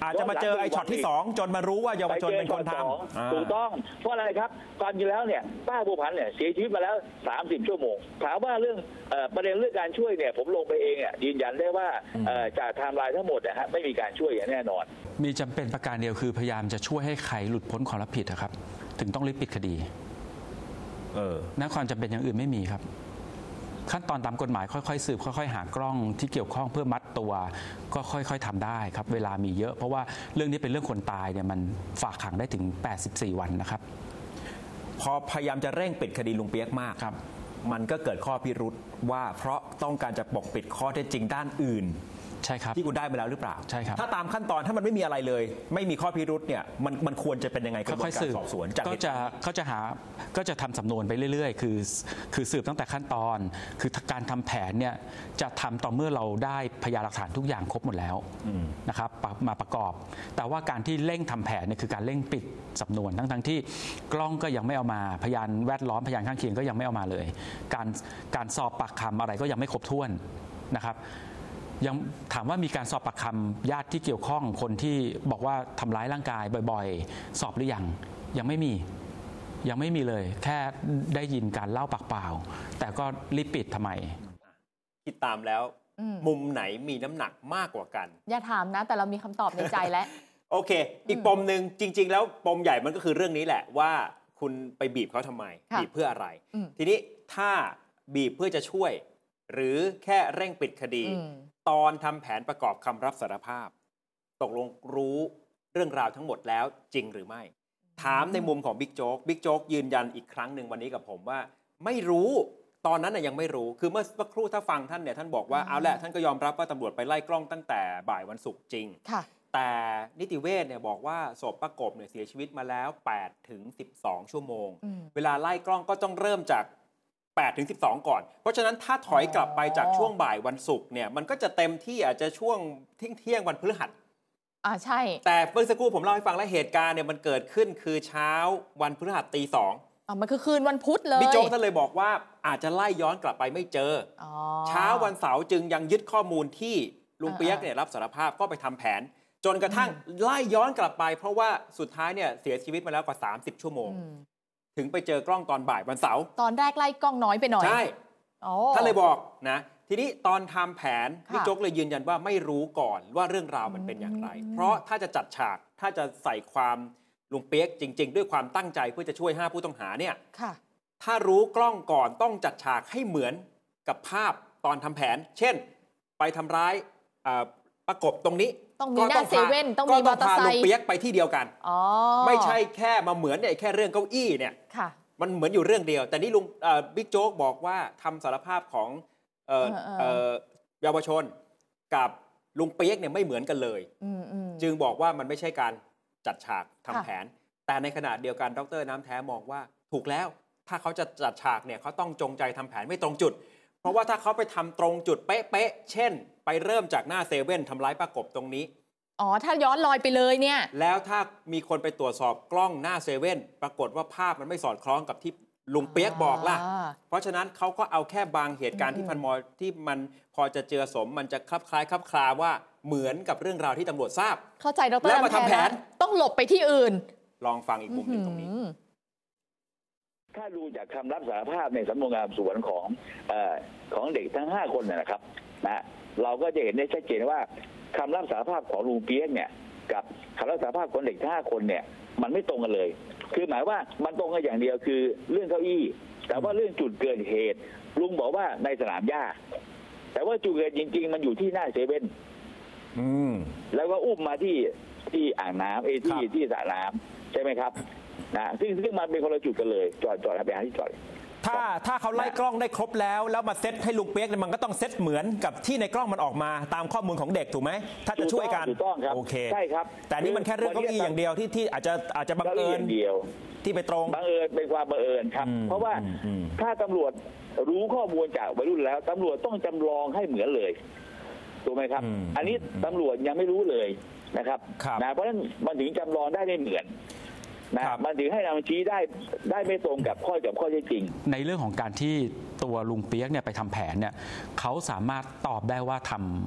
อาจจะมาเจอไอ้ช็อตที่สองจนมารู้ว่าเยาวชนเป็นคนทำถูกต้องเพราะอะไรครับความจริงแล้วเนี่ยป้าบัวพันธ์เนี่ยเสียชีวิตมาแล้วสามสิบชั่วโมงถามว่าเรื่องประเด็นเรื่องการช่วยเนี่ยผมลงไปเองยืนยันได้ว่าจากไทม์ไลน์ทั้งหมดนะฮะไม่มีการช่วยอย่างแน่นอนมีจำเป็นประการเดียวคือพยายามจะช่วยให้ใครหลุดพ้นความรับผิดนะครับถึงต้องรีบปิดคดีเออนั่นความจำเป็นอย่างอื่นไม่มีครับขั้นตอนตามกฎหมายค่อยๆสืบค่อยๆหากล้องที่เกี่ยวข้องเพื่อมัดตัวก็ค่อยๆทำได้ครับเวลามีเยอะเพราะว่าเรื่องนี้เป็นเรื่องคนตายเนี่ยมันฝากขังได้ถึงแปดสิบสี่วันนะครับพอพยายามจะเร่งปิดคดีลุงเปี๊ยกมากครับมันก็เกิดข้อพิรุธว่าเพราะต้องการจะปกปิดข้อเท็จจริงด้านอื่นใช่ครับที่คุณได้มาแล้วหรือเปล่าใช่ครับถ้าตามขั้นตอนถ้ามันไม่มีอะไรเลยไม่มีข้อพิรุธเนี่ยมันมันควรจะเป็นยังไงกระบวนการสอบสวนก็จะก็จะหาก็จะทำสำนวนไปเรื่อยๆคือคือสืบตั้งแต่ขั้นตอนคือการทำแผนเนี่ยจะทำต่อเมื่อเราได้พยานหลักฐานทุกอย่างครบหมดแล้วนะครับมาประกอบแต่ว่าการที่เร่งทำแผนเนี่ยคือการเร่งปิดสำนวนทั้งทั้งที่กล้องก็ยังไม่เอามาพยานแวดล้อมพยานข้างเคียงก็ยังไม่เอามาเลยการการสอบปากคำอะไรก็ยังไม่ครบถ้วนนะครับยังถามว่ามีการสอบปากคำญาติที่เกี่ยวข้องคนที่บอกว่าทำร้ายร่างกายบ่อยๆสอบหรือยังยังไม่มียังไม่มีเลยแค่ได้ยินการเล่าปากเปล่าแต่ก็รีบปิดทำไมคิดตามแล้วมุมไหนมีน้ำหนักมากกว่ากันอย่าถามนะแต่เรามีคำตอบในใจแล้วโอเคอีกปมหนึ่งจริงๆแล้วปมใหญ่มันก็คือเรื่องนี้แหละว่าคุณไปบีบเขาทำไมบีบเพื่ออะไรทีนี้ถ้าบีบเพื่อจะช่วยหรือแค่เร่งปิดคดีตอนทำแผนประกอบคำรับสารภาพตกลงรู้เรื่องราวทั้งหมดแล้วจริงหรือไม่ถามในมุมของบิ๊กโจ๊กบิ๊กโจ๊กยืนยันอีกครั้งหนึ่งวันนี้กับผมว่าไม่รู้ตอนนั้นน่ยยังไม่รู้คือเมื่อสักครู่ถ้าฟังท่านเนี่ยท่านบอกว่าเอาแหละท่านก็ยอมรับว่าตำรวจไปไล่กล้องตั้งแต่บ่ายวันศุกร์จริงแต่นิติเวชเนี่ยบอกว่าศพประกบเนี่ยเสียชีวิตมาแล้วแปดถึงสิบสองชั่วโมงเวลาไล่กล้องก็ต้องเริ่มจากแปดถึงสิบสองก่อนเพราะฉะนั้นถ้าถอยกลับไปจากช่วงบ่ายวันศุกร์เนี่ยมันก็จะเต็มที่อาจจะช่วงเที่ยงเที่ยงวันพฤหัสอ่าใช่แต่เมื่อสักครู่ผมเล่าให้ฟังแล้วเหตุการณ์เนี่ยมันเกิดขึ้นคือเช้าวันพฤหัสตีสองอ่ามันคือคืนวันพุธเลยบิ๊กโจ๊กท่านเลยบอกว่าอาจจะไล่ย้อนกลับไปไม่เจอเช้าวันเสาร์จึงยังยึดข้อมูลที่ลุงเปี๊ยกเนี่ยรับสารภาพก็ไปทำแผนจนกระทั่งไล่ย้อนกลับไปเพราะว่าสุดท้ายเนี่ยเสียชีวิตมาแล้วกว่าสามสิบชั่วโมงถึงไปเจอกล้องตอนบ่ายวันเสาร์ตอนแรกไล่กล้องน้อยไปหน่อยใช่ท่านเลยบอกนะทีนี้ตอนทำแผนพี่โจ๊กเลยยืนยันว่าไม่รู้ก่อนว่าเรื่องราวมันเป็นอย่างไรเพราะถ้าจะจัดฉากถ้าจะใส่ความลุงเปี๊ยกจริงๆด้วยความตั้งใจเพื่อจะช่วยห้าผู้ต้องหาเนี่ยถ้ารู้กล้องก่อนต้องจัดฉากให้เหมือนกับภาพตอนทำแผนเช่นไปทำร้ายประกบตรงนี้ต้องมีหน้าเซเว่นต้องมีมอเตอร์ไซค์ก็ต้องพาลุงเปี๊ยกไปที่เดียวกันไม่ใช่แค่มาเหมือนเนี่ยแค่เรื่องเก้าอี้เนี่ยมันเหมือนอยู่เรื่องเดียวแต่นี่ลุงบิ๊กโจ๊กบอกว่าทำสารภาพของเยาวชนกับลุงเปี๊ยกเนี่ยไม่เหมือนกันเลยจึงบอกว่ามันไม่ใช่การจัดฉากทำแผนแต่ในขณะเดียวกันดร.น้ำแท้มองว่าถูกแล้วถ้าเขาจะจัดฉากเนี่ยเขาต้องจงใจทำแผนไม่ตรงจุดเพราะว่าถ้าเขาไปทำตรงจุดเป๊ะๆเช่นไปเริ่มจากหน้าเซเว่นทำร้ายประกบตรงนี้อ๋อถ้าย้อนลอยไปเลยเนี่ยแล้วถ้ามีคนไปตรวจสอบกล้องหน้าเซเว่นปรากฏว่าภาพมันไม่สอดคล้องกับที่ลุงเปี๊ยกบอกล่ะเพราะฉะนั้นเขาก็เอาแค่บางเหตุการณ์ที่พันมอที่มันพอจะเจือสมมันจะคลับคล้ายคลับคลาว่าเหมือนกับเรื่องราวที่ตำรวจทราบเข้าใจดร. แล้วมาทำแผนต้องหลบไปที่อื่นลองฟังอีกมุมหนึ่งตรงนี้ถ้าดูจากคำรับสารภาพในสำนวนการสอบสวนของเอ่อของเด็กทั้งห้าคนนะครับนะเราก็จะเห็นได้ชัดเจนว่าคำรับสารภาพของลุงเปี๊ยกเนี่ยกับคำรับสารภาพของเด็กทั้งห้าคนเนี่ยมันไม่ตรงกันเลยคือหมายว่ามันตรงกันอย่างเดียวคือเรื่องเก้าอี้แต่ว่าเรื่องจุดเกิดเหตุลุงบอกว่าในสนามหญ้าแต่ว่าจุดเกิดจริงๆมันอยู่ที่หน้าเซเว่นแล้วก็อุ้มมาที่ที่อ่างน้ำเอที่ที่สระน้ำใช่ไหมครับนะซึ่งซึ่งมันเป็นคนละจุดกันเลยจอดจอดไปหาที่จอดถ้าถ้าเขาไล่กล้องได้ครบแล้วแล้วมาเซตให้ลุงเปี๊ยกเนี่ยมันก็ต้องเซตเหมือนกับที่ในกล้องมันออกมาตามข้อมูลของเด็กถูกไหมถ้าจะช่วยกันถูกต้องครับโอเคใช่ครับแต่นี่มันแค่เรื่องเก้าอี้อย่างเดียวที่ที่อาจจะอาจจะบังเอิญเดียวที่ไปตรงบังเอิญเป็นความบังเอิญครับเพราะว่าถ้าตำรวจรู้ข้อมูลจากวัยรุ่นแล้วตำรวจต้องจำลองให้เหมือนเลยถูกไหมครับอันนี้ตำรวจยังไม่รู้เลยนะครับนะเพราะฉะนั้นมันถึงจำลองได้ไม่เหมือนนะมันถึงให้นำชี้ได้ได้ไม่ตรงกับข้อกับข้อเท็จจริงในเรื่องของการที่ตัวลุงเปี๊ยกเนี่ยไปทำแผนเนี่ยเขาสามารถตอบได้ว่าทำ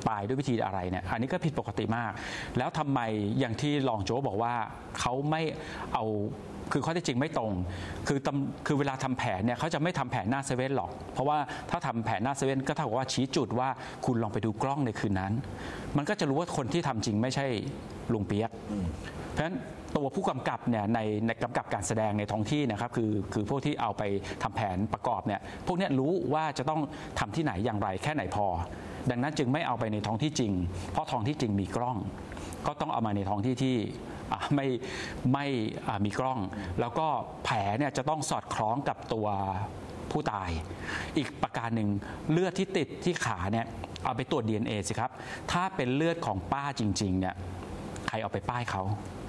ปลายด้วยวิธีอะไรเนี่ยอันนี้ก็ผิดปกติมาก แล้วทำไมอย่างที่รองโจ๊กบอกว่าเขาไม่เอาคือข้อเท็จจริงไม่ตรงคือคือเวลาทำแผนเนี่ยเขาจะไม่ทำแผนหน้าเซเว่นหรอกเพราะว่าถ้าทำแผนหน้าเซเว่นก็เท่ากับว่าชี้จุดว่าคุณลองไปดูกล้องในคืนนั้นมันก็จะรู้ว่าคนที่ทำจริงไม่ใช่ลุงเปียกเพราะฉะนั้นตัวผู้กำกับเนี่ยในในกำกับการแสดงในท้องที่นะครับคือคือพวกที่เอาไปทำแผนประกอบเนี่ยพวกนี้รู้ว่าจะต้องทำที่ไหนอย่างไรแค่ไหนพอดังนั้นจึงไม่เอาไปในท้องที่จริงเพราะท้องที่จริงมีกล้องก็ต้องเอามาในท้องที่ที่ไม่ไม่มีกล้องแล้วก็แผลเนี่ยจะต้องสอดคล้องกับตัวผู้ตายอีกประการหนึ่งเลือดที่ติดที่ขาเนี่ยเอาไปตรวจ ดี เอ็น เอ สิครับถ้าเป็นเลือดของป้าจริงๆเนี่ยใครเอาไปป้ายเขา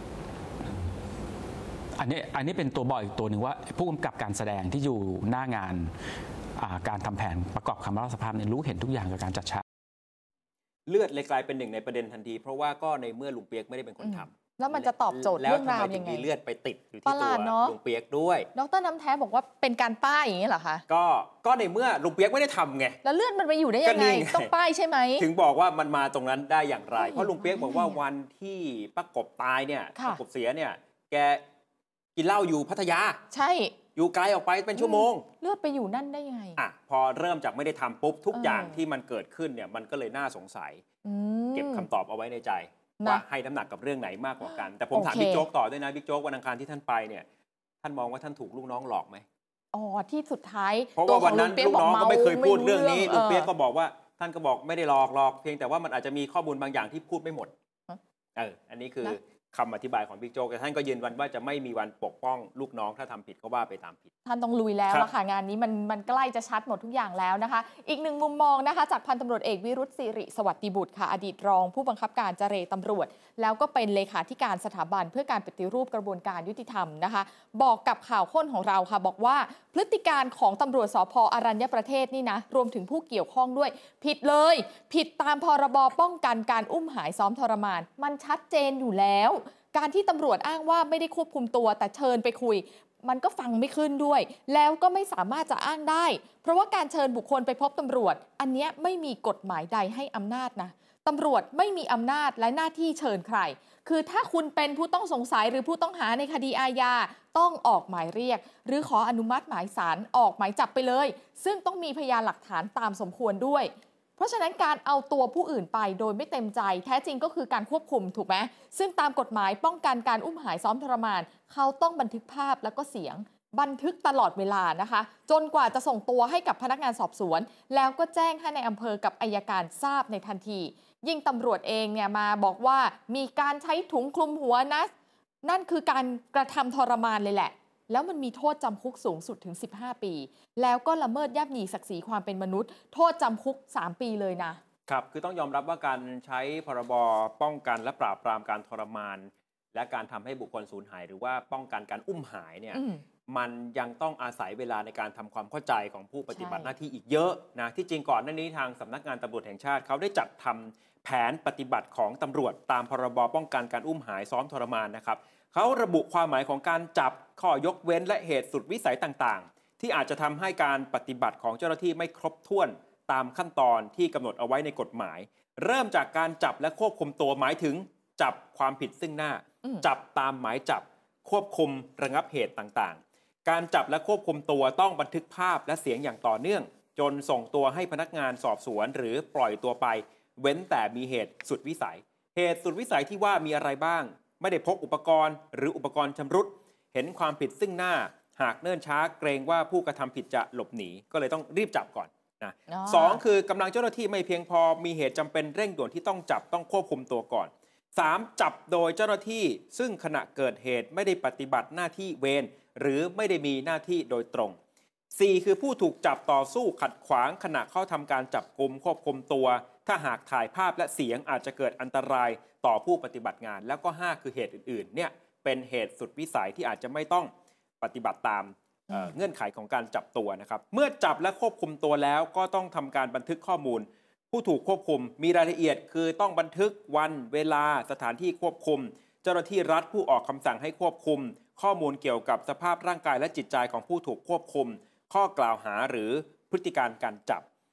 อันนี้อันนี้เป็นตัวบอกอีกตัวหนึ่งว่าผู้กำกับการแสดงที่อยู่หน้างานการทำแผนประกอบคำรับสารภาพเนี่ยรู้เห็นทุกอย่างกับการจัดฉากเลือดเลยกลายเป็นหนึ่งในประเด็นทันทีเพราะว่าก็ในเมื่อลุงเปียกไม่ได้เป็นคนทำแล้วมันจะตอบโจทย์เรื่องราวยังไงมีเลือดไปติดอยู่ที่ตัวลุงเปียกด้วยดร.น้ำแท้บอกว่าเป็นการป้ายอย่างนี้เหรอคะก็ก็ในเมื่อลุงเปียกไม่ได้ทำไงแล้วเลือดมันไปอยู่ได้ยังไงต้องป้ายใช่ไหมถึงบอกว่ามันมาตรงนั้นได้อย่างไรเพราะลุงเปียกบอกว่าวันที่ป้ากบตายเนี่ยป้ากบเสียเนี่ยแกกินเหล้าอยู่พัทยาใช่อยู่ไกลออกไปเป็นชั่วโมงเลือดไปอยู่นั่นได้ยังไงอ่ะพอเริ่มจากไม่ได้ทำปุ๊บทุกอย่างที่มันเกิดขึ้นเนี่ยมันก็เลยน่าสงสัยเก็บคำตอบเอาไว้ในใจว่าให้น้ำหนักกับเรื่องไหนมากกว่ากันแต่ผมถามบิ๊กโจ๊กต่อด้วยนะบิ๊กโจ๊กวันอังคารที่ท่านไปเนี่ยท่านมองว่าท่านถูกลูกน้องหลอกไหมอ๋อที่สุดท้ายเพราะว่าวันนั้นลูกน้องก็ไม่เคยพูดเรื่องนี้ลุงเปี๊ยกก็บอกว่าท่านก็บอกไม่ได้หลอกหลอกเพียงแต่ว่ามันอาจจะมีข้อมูลบางอย่างที่พูดไม่หมดเอออันนี้คือคำอธิบายของบิ๊กโจ๊กแต่ท่านก็ยืนยันว่าจะไม่มีวันปกป้องลูกน้องถ้าทำผิดก็ว่าไปตามผิดท่านต้องลุยแล้วล่ะค่ะงานนี้มันมันใกล้จะชัดหมดทุกอย่างแล้วนะคะอีกหนึ่งมุมมองนะคะจากพันตำรวจเอกวิรุธศิริสวัสดิบุตรค่ะอดีตรองผู้บังคับการเจรตำรวจแล้วก็เป็นเลขาธิการสถาบันเพื่อการปฏิรูปกระบวนการยุติธรรมนะคะบอกกับข่าวค้นของเราค่ะบอกว่าพฤติการของตำรวจสภ.อรัญญประเทศนี่นะรวมถึงผู้เกี่ยวข้องด้วยผิดเลยผิดตามพรบป้องกันการอุ้มหายซ้อมทรมานมันชัดเจนอยู่แล้วการที่ตำรวจอ้างว่าไม่ได้ควบคุมตัวแต่เชิญไปคุยมันก็ฟังไม่ขึ้นด้วยแล้วก็ไม่สามารถจะอ้างได้เพราะว่าการเชิญบุคคลไปพบตำรวจอันนี้ไม่มีกฎหมายใดให้อำนาจนะตำรวจไม่มีอำนาจและหน้าที่เชิญใครคือถ้าคุณเป็นผู้ต้องสงสัยหรือผู้ต้องหาในคดีอาญาต้องออกหมายเรียกหรือขออนุมัติหมายศาลออกหมายจับไปเลยซึ่งต้องมีพยานหลักฐานตามสมควรด้วยเพราะฉะนั้นการเอาตัวผู้อื่นไปโดยไม่เต็มใจแท้จริงก็คือการควบคุมถูกไหมซึ่งตามกฎหมายป้องกันการอุ้มหายซ้อมทรมานเขาต้องบันทึกภาพแล้วก็เสียงบันทึกตลอดเวลานะคะจนกว่าจะส่งตัวให้กับพนักงานสอบสวนแล้วก็แจ้งให้ในอำเภอกับอัยการทราบในทันทียิ่งตำรวจเองเนี่ยมาบอกว่ามีการใช้ถุงคลุมหัวนะนั่นคือการกระทำทรมานเลยแหละแล้วมันมีโทษจำคุกสูงสุดถึงสิบห้าปีแล้วก็ละเมิดย่ำยีศักดิ์ศรีความเป็นมนุษย์โทษจำคุกสามปีเลยนะครับคือต้องยอมรับว่าการใช้พรบป้องกันและปราบปรามการทรมานและการทำให้บุคคลสูญหายหรือว่าป้องกันการอุ้มหายเนี่ยมันยังต้องอาศัยเวลาในการทำความเข้าใจของผู้ปฏิบัติหน้าที่อีกเยอะนะที่จริงก่อนหน้านี้ทางสำนักงานตำรวจแห่งชาติเขาได้จัดทำแผนปฏิบัติของตำรวจตามพรบป้องกันการอุ้มหายซ้อมทรมานนะครับเขาระบุความหมายของการจับข้อยกเว้นและเหตุสุดวิสัยต่างๆที่อาจจะทำให้การปฏิบัติของเจ้าหน้าที่ไม่ครบถ้วนตามขั้นตอนที่กำหนดเอาไว้ในกฎหมายเริ่มจากการจับและควบคุมตัวหมายถึงจับความผิดซึ่งหน้าจับตามหมายจับควบคุมระงับเหตุต่างๆการจับและควบคุมตัวต้องบันทึกภาพและเสียงอย่างต่อเนื่องจนส่งตัวให้พนักงานสอบสวนหรือปล่อยตัวไปเว้นแต่มีเหตุสุดวิสัยเหตุสุดวิสัยที่ว่ามีอะไรบ้างไม่ได้พกอุปกรณ์หรืออุปกรณ์ชำรุดเห็นความผิดซึ่งหน้าหากเนิ่นช้าเกรงว่าผู้กระทำผิดจะหลบหนีก็เลยต้องรีบจับก่อนนะสองคือกำลังเจ้าหน้าที่ไม่เพียงพอมีเหตุจำเป็นเร่งด่วนที่ต้องจับต้องควบคุมตัวก่อนสามจับโดยเจ้าหน้าที่ซึ่งขณะเกิดเหตุไม่ได้ปฏิบัติหน้าที่เวรหรือไม่ได้มีหน้าที่โดยตรงสี่คือผู้ถูกจับต่อสู้ขัดขวางขณะเข้าทำการจับกุมควบคุมตัวถ้าหากถ่ายภาพและเสียงอาจจะเกิดอันตรายต่อผู้ปฏิบัติงานแล้วก็ห้าคือเหตุอื่นๆเนี่ยเป็นเหตุสุดวิสัยที่อาจจะไม่ต้องปฏิบัติตาม เอ่อ เงื่อนไขของการจับตัวนะครับเมื่อจับและควบคุมตัวแล้วก็ต้องทำการบันทึกข้อมูลผู้ถูกควบคุมมีรายละเอียดคือต้องบันทึกวันเวลาสถานที่ควบคุมเจ้าหน้าที่รัฐผู้ออกคำสั่งให้ควบคุมข้อมูลเกี่ยวกับสภาพร่างกายและจิตใจของผู้ถูกควบคุมข้อกล่าวหาหรือพฤติการการจับ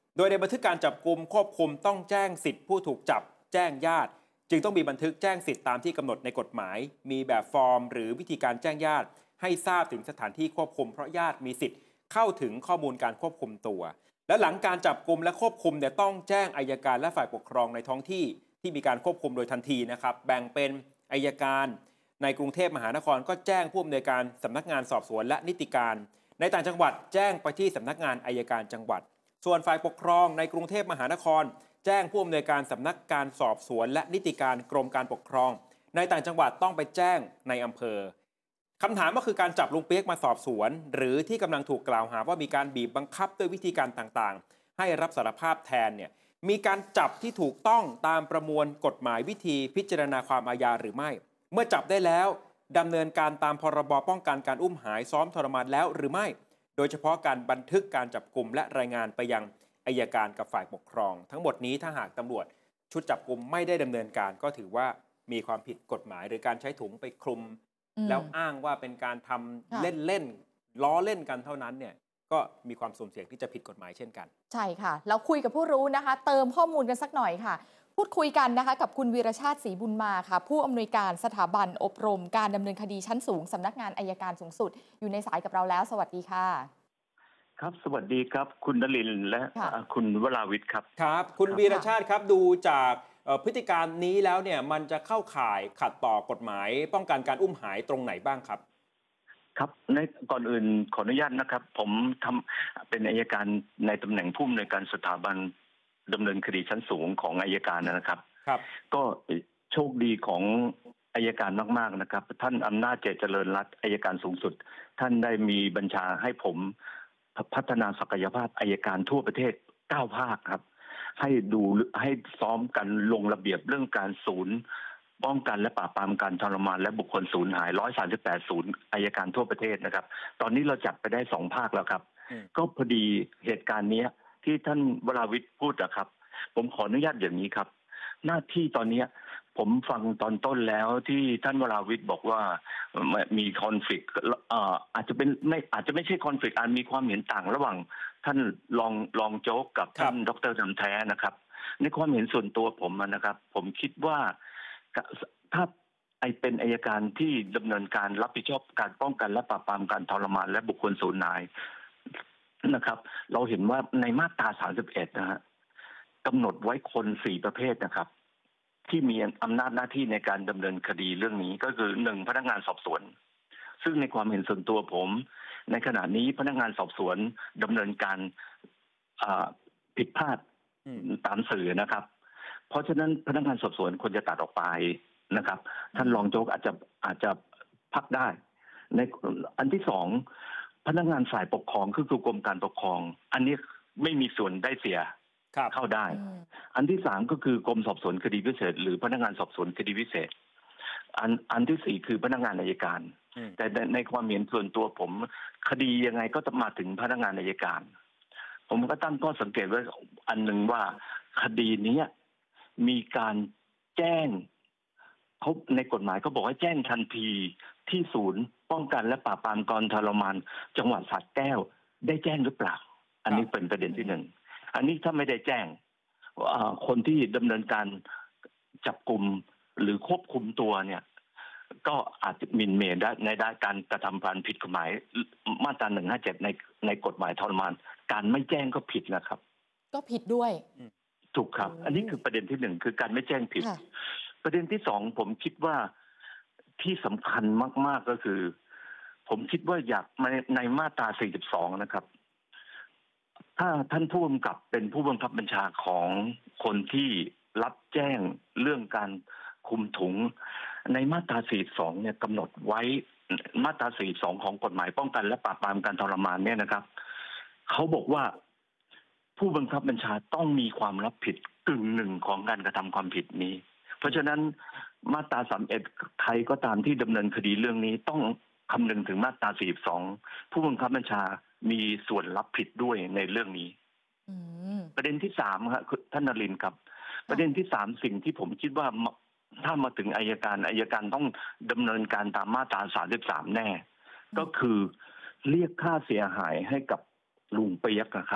โดยในบันทึกการจับกุมควบคุมต้องแจ้งสิทธิผู้ถูกจับแจ้งญาติจึงต้องมีบันทึกแจ้งสิทธิตามที่กำหนดในกฎหมายมีแบบฟอร์มหรือวิธีการแจ้งญาติให้ทราบถึงสถานที่ควบคุมเพราะญาติมีสิทธิ์เข้าถึงข้อมูลการควบคุมตัวและหลังการจับกุมและควบคุมเนี่ยต้องแจ้งอัยการและฝ่ายปกครองในท้องที่ที่มีการควบคุมโดยทันทีนะครับแบ่งเป็นอัยการในกรุงเทพมหานครก็แจ้งผู้อำนวยการสำนักงานสอบสวนและนิติการในต่างจังหวัดแจ้งไปที่สำนักงานอัยการจังหวัดส่วนฝ่ายปกครองในกรุงเทพมหานครแจ้งผู้อำนวยการสำนักการสอบสวนและนิติการกรมการปกครองในต่างจังหวัดต้องไปแจ้งในอำเภอคำถามก็คือการจับลุงเปี๊ยกมาสอบสวนหรือที่กำลังถูกกล่าวหาว่ามีการบีบบังคับด้วยวิธีการต่างๆให้รับสารภาพแทนเนี่ยมีการจับที่ถูกต้องตามประมวลกฎหมายวิธีพิจารณาความอาญาหรือไม่เมื่อจับได้แล้วดำเนินการตามพรบป้องกันการอุ้มหายซ้อมทรมานแล้วหรือไม่โดยเฉพาะการบันทึกการจับกุมและรายงานไปยังอัยการกับฝ่ายปกครองทั้งหมดนี้ถ้าหากตำรวจชุดจับกุมไม่ได้ดำเนินการก็ถือว่ามีความผิดกฎหมายหรือการใช้ถุงไปคลุมแล้วอ้างว่าเป็นการทำเล่นๆล้อเล่นกันเท่านั้นเนี่ยก็มีความสุ่มเสี่ยงที่จะผิดกฎหมายเช่นกันใช่ค่ะเราคุยกับผู้รู้นะคะเติมข้อมูลกันสักหน่อยค่ะพูดคุยกันนะคะกับคุณวีรชาติศรีบุญมาค่ะผู้อำนวยการสถาบันอบรมการดำเนินคดีชั้นสูงสำนักงานอัยการสูงสุดอยู่ในสายกับเราแล้วสวัสดีค่ะครับสวัสดีครับคุณนลินทร์และคุณวราวิทย์ครับครับคุณวีรชาติครับดูจากพฤติการนี้แล้วเนี่ยมันจะเข้าข่ายขัดต่อกฎหมายป้องกันการอุ้มหายตรงไหนบ้างครับครับในก่อนอื่นขออนุญาตนะครับผมทำเป็นอัยการในตำแหน่งผู้อำนวยการสถาบันดำเนินคดีชั้นสูงของอัยการนะครับครับก็โชคดีของอัยการมากๆนะครับท่านอำนาจเจริญเจริญรัตน์อัยการสูงสุดท่านได้มีบัญชาให้ผมพัฒนาศักยภาพอัยการทั่วประเทศเก้าภาคครับให้ดูให้ซ้อมกันลงระเบียบเรื่องการศูนย์ป้องกันและปราบปรามการทรมานและบุคคลสูญหายหนึ่งร้อยสามสิบแปดศูนย์อัยการทั่วประเทศนะครับตอนนี้เราจัดไปได้สองภาคแล้วครับก็พอดีเหตุการณ์นี้ที่ท่านวราวิทย์พูดนะครับผมขออนุญาตอย่างนี้ครับหน้าที่ตอนนี้ผมฟังตอนต้นแล้วที่ท่านวราวิทย์บอกว่ามีคอนฟลิกต์อาจจะเป็นไม่อาจจะไม่ใช่คอนฟลิกต์อาจมีความเห็นต่างระหว่างท่านรองรองโจ๊กกับท่านดร.จำแท้นะครับในความเห็นส่วนตัวผมนะครับผมคิดว่าถ้าไอเป็นอัยการที่ดำเนินการรับผิดชอบการป้องกันและปราบปรามการทรมานและบุคคลสูญหายนะครับเราเห็นว่าในมาตราสามสิบเอ็ดนะฮะกำหนดไว้คนสี่ประเภทนะครับที่มีอำนาจหน้าที่ในการดำเนินคดีเรื่องนี้ก็คือหนึ่งพนักงานสอบสวนซึ่งในความเห็นส่วนตัวผมในขณะนี้พนักงานสอบสวนดำเนินการผิดพลาดตามสื่อนะครับเพราะฉะนั้นพนักงานสอบสวนควรจะตัดออกไปนะครับท่านรองโจ๊กอาจจะอาจจะพักได้ในอันที่สองพนักงานฝ่ายปกครองคือกรมการปกครองอันนี้ไม่มีส่วนได้เสียเข้าได้อันที่สามก็คือกรมสอบสวนคดีพิเศษหรือพนักงานสอบสวนคดีพิเศษอันอันที่สี่คือพนักงานอัยการแต่ในความเห็นส่วนตัวผมคดียังไงก็จะมาถึงพนักงานอัยการผมก็ตั้งข้อสังเกตไว้อันหนึ่งว่าคดีนี้มีการแจ้งเขาในกฎหมายเขาบอกให้แจ้งทันทีที่ศูนย์ป้องกันและปราบปรามการทรมานจังหวัดสระแก้วได้แจ้งหรือเปล่าอันนี้เป็นประเด็นที่หนึ่งอันนี้ถ้าไม่ได้แจ้งคนที่ดำเนินการจับกุมหรือควบคุมตัวเนี่ยก็อาจจะหมิ่นเหม่ได้ในด้านการกระทำความผิดกฎหมายมาตราหนึ่งห้าเจ็ดในในกฎหมายทรมานการไม่แจ้งก็ผิดนะครับก็ผิดด้วยถูกครับอันนี้คือประเด็นที่หนึ่งคือการไม่แจ้งผิดประเด็นที่สองผมคิดว่าที่สำคัญมากๆก็คือผมคิดว่าอยากในมาตราสี่สิบสองนะครับถ้าท่านผู้กำกับเป็นผู้บังคับบัญชาของคนที่รับแจ้งเรื่องการคุมถุงในมาตราสี่สิบสองเนี่ยกำหนดไว้มาตราสี่สิบสองของกฎหมายป้องกันและปราบปรามการทรมานเนี่ยนะครับเขาบอกว่าผู้บังคับบัญชาต้องมีความรับผิดกึ่งหนึ่งของการกระทำความผิดนี้เพราะฉะนั้นมาตราสามสิบเอ็ดใครก็ตามที่ดำเนินคดีเรื่องนี้ต้องคำนึงถึงมาตราสี่สิบสองผู้บังคับบัญชามีส่วนรับผิดด้วยในเรื่องนี้ประเด็นที่สามครับท่านนรินทร์ครับประเด็นที่สามสิ่งที่ผมคิดว่าถ้ามาถึงอัยการอัยการต้องดำเนินการตามมาตราสามสิบสามแน่ก็คือเรียกค่าเสียหายให้กับลุงเปี๊ยกนะครับ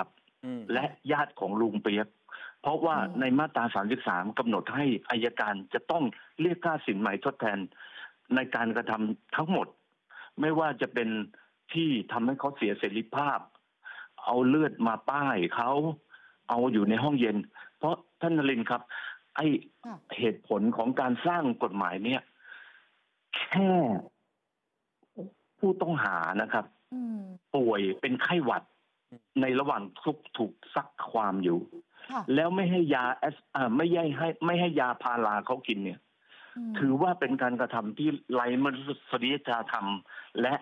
และญาติของลุงเปียกเพราะว่าในมาตราสามสิบสามกำหนดให้อัยการจะต้องเรียกค่าสินไหมทดแทนในการกระทำทั้งหมดไม่ว่าจะเป็นที่ทำให้เขาเสียเสรีภาพเอาเลือดมาป้ายเขาเอาอยู่ในห้องเย็นเพราะท่านนรินทร์ครับไอเหตุผลของการสร้างกฎหมายเนี่ยแค่ผู้ต้องหานะครับป่วยเป็นไข้หวัดในระหว่างทุกถูกซักความอยู่แล้วไม่ให้ยาแอสไม่ให้ให้ไม่ให้ยาพาราเขากินเนี่ยถือว่าเป็นการกระทำที่ไร้มนุษยธรรมและ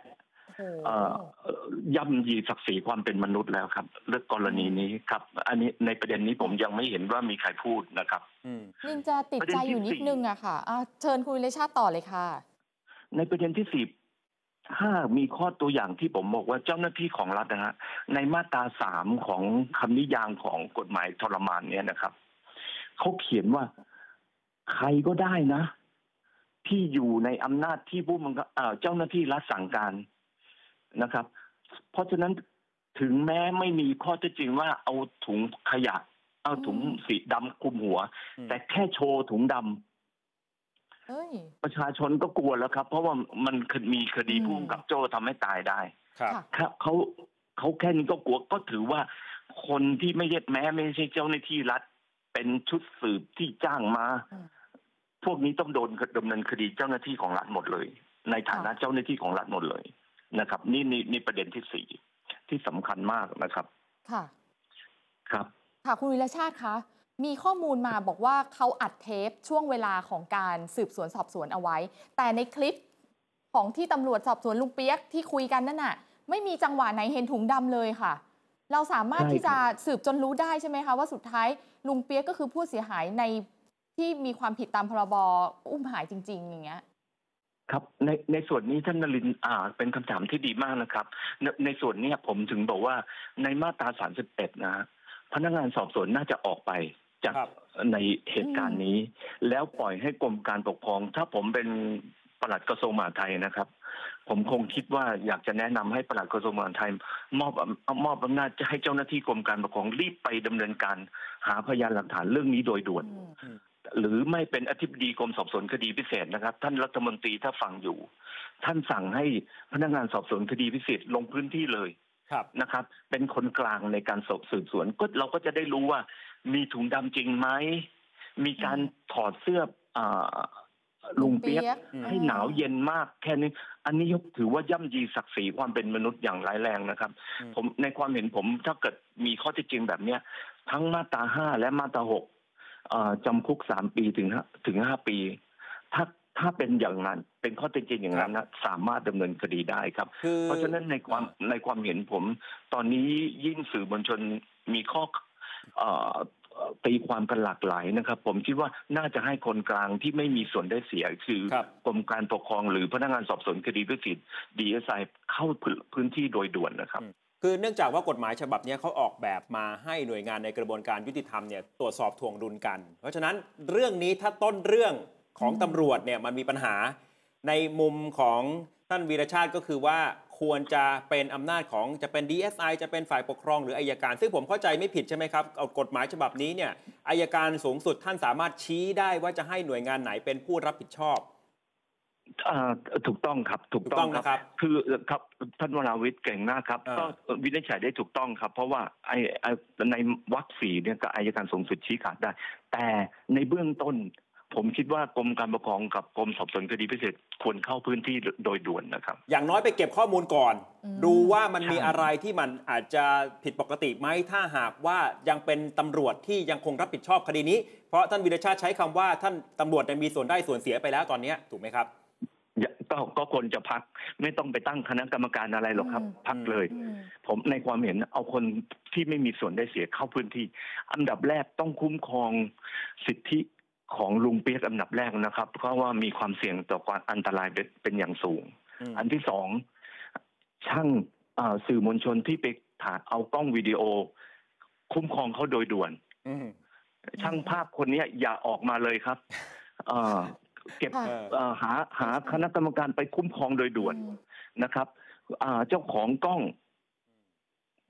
ย่ำยีศักดิ์ศรีความเป็นมนุษย์แล้วครับเรื่องกรณีนี้ครับอันนี้ในประเด็นนี้ผมยังไม่เห็นว่ามีใครพูดนะครับนินจะติดใจอยู่นิดนึงอะค่ะเชิญคุณวิเลชาติต่อเลยค่ะในประเด็นที่สี่ถ้ามีข้อตัวอย่างที่ผมบอกว่าเจ้าหน้าที่ของรัฐนะฮะในมาตราสามของคำนิยามของกฎหมายทรมานเนี่ยนะครับเขาเขียนว่าใครก็ได้นะที่อยู่ในอำนาจที่ผู้บังคับเจ้าหน้าที่รัฐสั่งการนะครับเพราะฉะนั้นถึงแม้ไม่มีข้อเท็จจริงว่าเอาถุงขยะเอาถุงสีดำคลุมหัวแต่แค่โชว์ถุงดำประชาชนก็กลัวแล้วครับเพราะว่ามันมีคดีผู้กำกับโจ้ทำให้ตายได้ครับเขาเขาแค่นี้ก็กลัวก็ถือว่าคนที่ไม่ใช่แม้ไม่ใช่เจ้าหน้าที่รัฐเป็นชุดสืบที่จ้างมาพวกนี้ต้องโดนดำเนินคดีเจ้าหน้าที่ของรัฐหมดเลยในฐานะเจ้าหน้าที่ของรัฐหมดเลยนะครับนี่นี่นี่ประเด็นที่สี่ที่สำคัญมากนะครับค่ะครับค่ะคุณวิรชาติคะมีข้อมูลมาบอกว่าเขาอัดเทปช่วงเวลาของการสืบสวนสอบสวนเอาไว้แต่ในคลิปของที่ตำรวจสอบสวนลุงเปียกที่คุยกันนั่นน่ะไม่มีจังหวะไหนเห็นถุงดำเลยค่ะเราสามารถที่จะสืบจนรู้ได้ใช่ไหมคะว่าสุดท้ายลุงเปียกก็คือผู้เสียหายในที่มีความผิดตามพรบอุ้มหายจริงๆอย่างเงี้ยครับในในส่วนนี้ท่านนรินทร์อ่าเป็นคำถามที่ดีมากนะครับในในส่วนนี้ผมถึงบอกว่าในมาตราสามสิบเอ็ดนะพนักงานสอบสวนน่าจะออกไปจากในเหตุการณ์นี้แล้วปล่อยให้กรมการปกครองถ้าผมเป็นปลัดกระทรวงมหาดไทยนะครับผมคงคิดว่าอยากจะแนะนำให้ปลัดกระทรวงมหาดไทยมอบมอบอำนาจจะให้เจ้าหน้าที่กรมการปกครองรีบไปดำเนินการหาพยานหลักฐานเรื่องนี้โดยด่วนหรือไม่เป็นอธิบดีกรมสอบสวนคดีพิเศษนะครับท่านรัฐมนตรีถ้าฟังอยู่ท่านสั่งให้พนักงานสอบสวนคดีพิเศษลงพื้นที่เลยนะครับเป็นคนกลางในการสืบสวนก็เราก็จะได้รู้ว่ามีถุงดำจริงไหมมีการถอดเสื้อลุงเปี๊ยกให้หนาวเย็นมากแค่นี้อันนี้ยกถือว่าย่ำยีศักดิ์ศรีความเป็นมนุษย์อย่างร้ายแรงนะครับผมในความเห็นผมถ้าเกิดมีข้อเท็จจริงแบบนี้ทั้งมาตราห้าและมาตราหกจำคุกสามปีถึงถึงห้าปีถ้าถ้าเป็นอย่างนั้นเป็นข้อเท็จจริงอย่างนั้นนะสามารถดำเนินคดีได้ครับเพราะฉะนั้นในความในความเห็นผมตอนนี้ยิ่งสื่อมวลชนมีข้อตีความกันหลากหลายนะครับผมคิดว่าน่าจะให้คนกลางที่ไม่มีส่วนได้เสียคือกรมการปกครองหรือพนักงานสอบสวนคดีพิเศษ ดี เอส ไอ เข้าพื้นที่โดยด่วนนะครับคือเนื่องจากว่ากฎหมายฉบับนี้เขาออกแบบมาให้หน่วยงานในกระบวนการยุติธรรมเนี่ยตรวจสอบทวงดุลกันเพราะฉะนั้นเรื่องนี้ถ้าต้นเรื่องของตำรวจเนี่ยมันมีปัญหาในมุมของท่านวีรชาติก็คือว่าควรจะเป็นอำนาจของจะเป็น ดี เอส ไอ จะเป็นฝ่ายปกครองหรืออัยการซึ่งผมเข้าใจไม่ผิดใช่ไหมครับเอากฎหมายฉบับนี้เนี่ยอัยการสูงสุดท่านสามารถชี้ได้ว่าจะให้หน่วยงานไหนเป็นผู้รับผิดชอบถูกต้องครับถูกต้องครับคือครับท่านวราวิทย์เก่งมากครับก็วินิจฉัยได้ถูกต้องครับเพราะว่าไอ้ในวรรคสี่เนี่ยก็อัยการสูงสุดชี้ขาดได้แต่ในเบื้องต้นผมคิดว่ากรมการปกครองกับกรมสอบสวนคดีพิเศษควรเข้าพื้นที่โดยด่วนนะครับอย่างน้อยไปเก็บข้อมูลก่อนดูว่ามันมีอะไรที่มันอาจจะผิดปกติไหมถ้าหากว่ายังเป็นตำรวจที่ยังคงรับผิดชอบคดีนี้เพราะท่านวีรชาติใช้คำว่าท่านตำรวจมีส่วนได้ส่วนเสียไปแล้วตอนนี้ถูกไหมครับก็ก็ควรจะพักไม่ต้องไปตั้งคณะกรรมการอะไรหรอกครับพักเลยผมในความเห็นเอาคนที่ไม่มีส่วนได้เสียเข้าพื้นที่อันดับแรกต้องคุ้มครองสิทธิของลุงเปี๊ยกอันดับแรกนะครับเพราะว่ามีความเสี่ยงต่อความอันตรายเป็นอย่างสูงอันที่สองช่างสื่อมวลชนที่ไปถ่ายเอากล้องวิดีโอคุ้มครองเขาโดยด่วนช่างภาพคนนี้อย่าออกมาเลยครับเก็บหาหาคณะกรรมการไปคุ้มครองโดยด่วนนะครับเจ้าของกล้อง